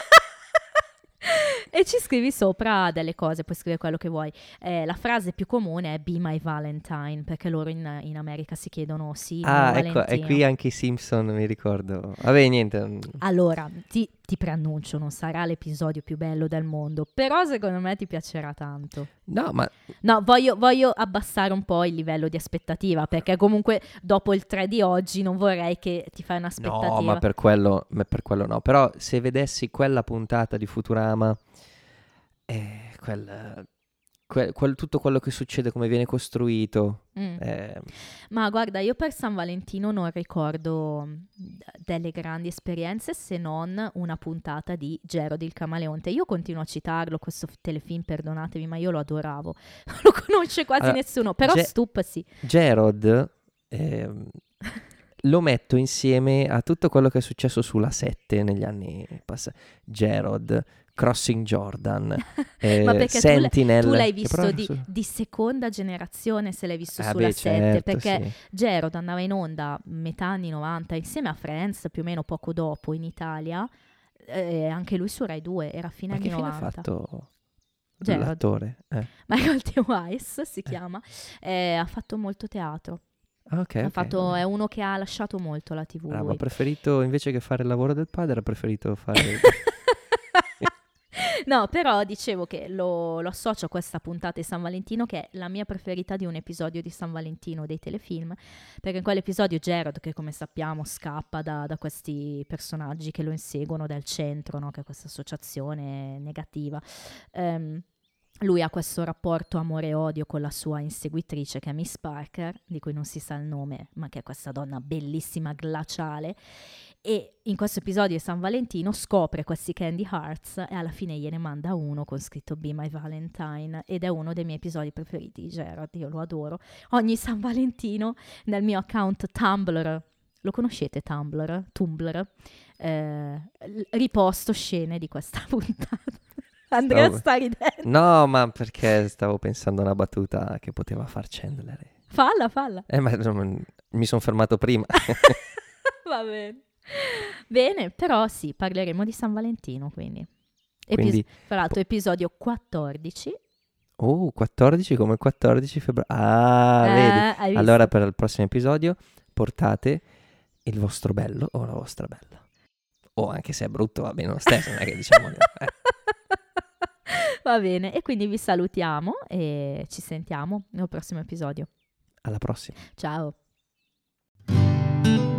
E ci scrivi sopra delle cose, puoi scrivere quello che vuoi. La frase più comune è Be my Valentine, perché loro in America si chiedono sì, il mio Ah, ecco, Valentino. e qui anche i Simpson, mi ricordo. Vabbè, niente. Allora, ti ti preannuncio, non sarà l'episodio più bello del mondo, però secondo me ti piacerà tanto. No, ma No, voglio abbassare un po' il livello di aspettativa, perché comunque dopo il 3 di oggi non vorrei che ti fai un'aspettativa. no, ma per quello no. Però se vedessi quella puntata di Futurama, tutto quello che succede, come viene costruito, Mm. Ma guarda, io per San Valentino non ricordo delle grandi esperienze se non una puntata di Gerald il Camaleonte. Io continuo a citarlo, questo telefilm, perdonatemi, ma io lo adoravo. Non lo conosce quasi Allora, nessuno, però Ge- Stup sì. Gerard lo metto insieme a tutto quello che è successo sulla 7 negli anni passati. Gerard, Crossing Jordan, Ma perché Sentinel. tu l'hai che però visto di seconda generazione, se l'hai visto Ah, sulla beh, 7, certo, perché sì. Gerald andava in onda metà anni 90 insieme a Friends, più o meno poco dopo in Italia, anche lui su Rai 2, era fine Ma anni che fine ha 90. fatto Gerald, l'attore? Michael T. Weiss si chiama, ha fatto molto teatro, Ah, ok, è uno che ha lasciato molto la TV Bravo, ha lui. preferito, invece che fare il lavoro del padre, ha preferito fare... No, però dicevo che lo associo a questa puntata di San Valentino, che è la mia preferita di un episodio di San Valentino dei telefilm, perché in quell'episodio Gerard, che come sappiamo scappa da questi personaggi che lo inseguono dal centro, no? Che è questa associazione negativa, lui ha questo rapporto amore-odio con la sua inseguitrice, che è Miss Parker, di cui non si sa il nome, ma che è questa donna bellissima, glaciale. E in questo episodio di San Valentino scopre questi Candy Hearts e alla fine gliene manda uno con scritto Be My Valentine, ed è uno dei miei episodi preferiti di Gerard, io lo adoro. Ogni San Valentino nel mio account Tumblr, lo conoscete Tumblr? Riposto scene di questa puntata. Andrea Stavo- sta ridendo. No, ma perché stavo pensando a una battuta che poteva far Chandler. Falla. Ma mi sono fermato prima. Va bene. Bene, però sì, parleremo di San Valentino, quindi. Quindi, Fra l'altro, episodio 14. 14 come 14 febbraio. Ah, vedi. Hai visto? Allora per il prossimo episodio portate il vostro bello o la vostra bella. O anche se è brutto va bene lo stesso, non è che diciamo... Va bene, e quindi vi salutiamo e ci sentiamo nel prossimo episodio. Alla prossima. Ciao.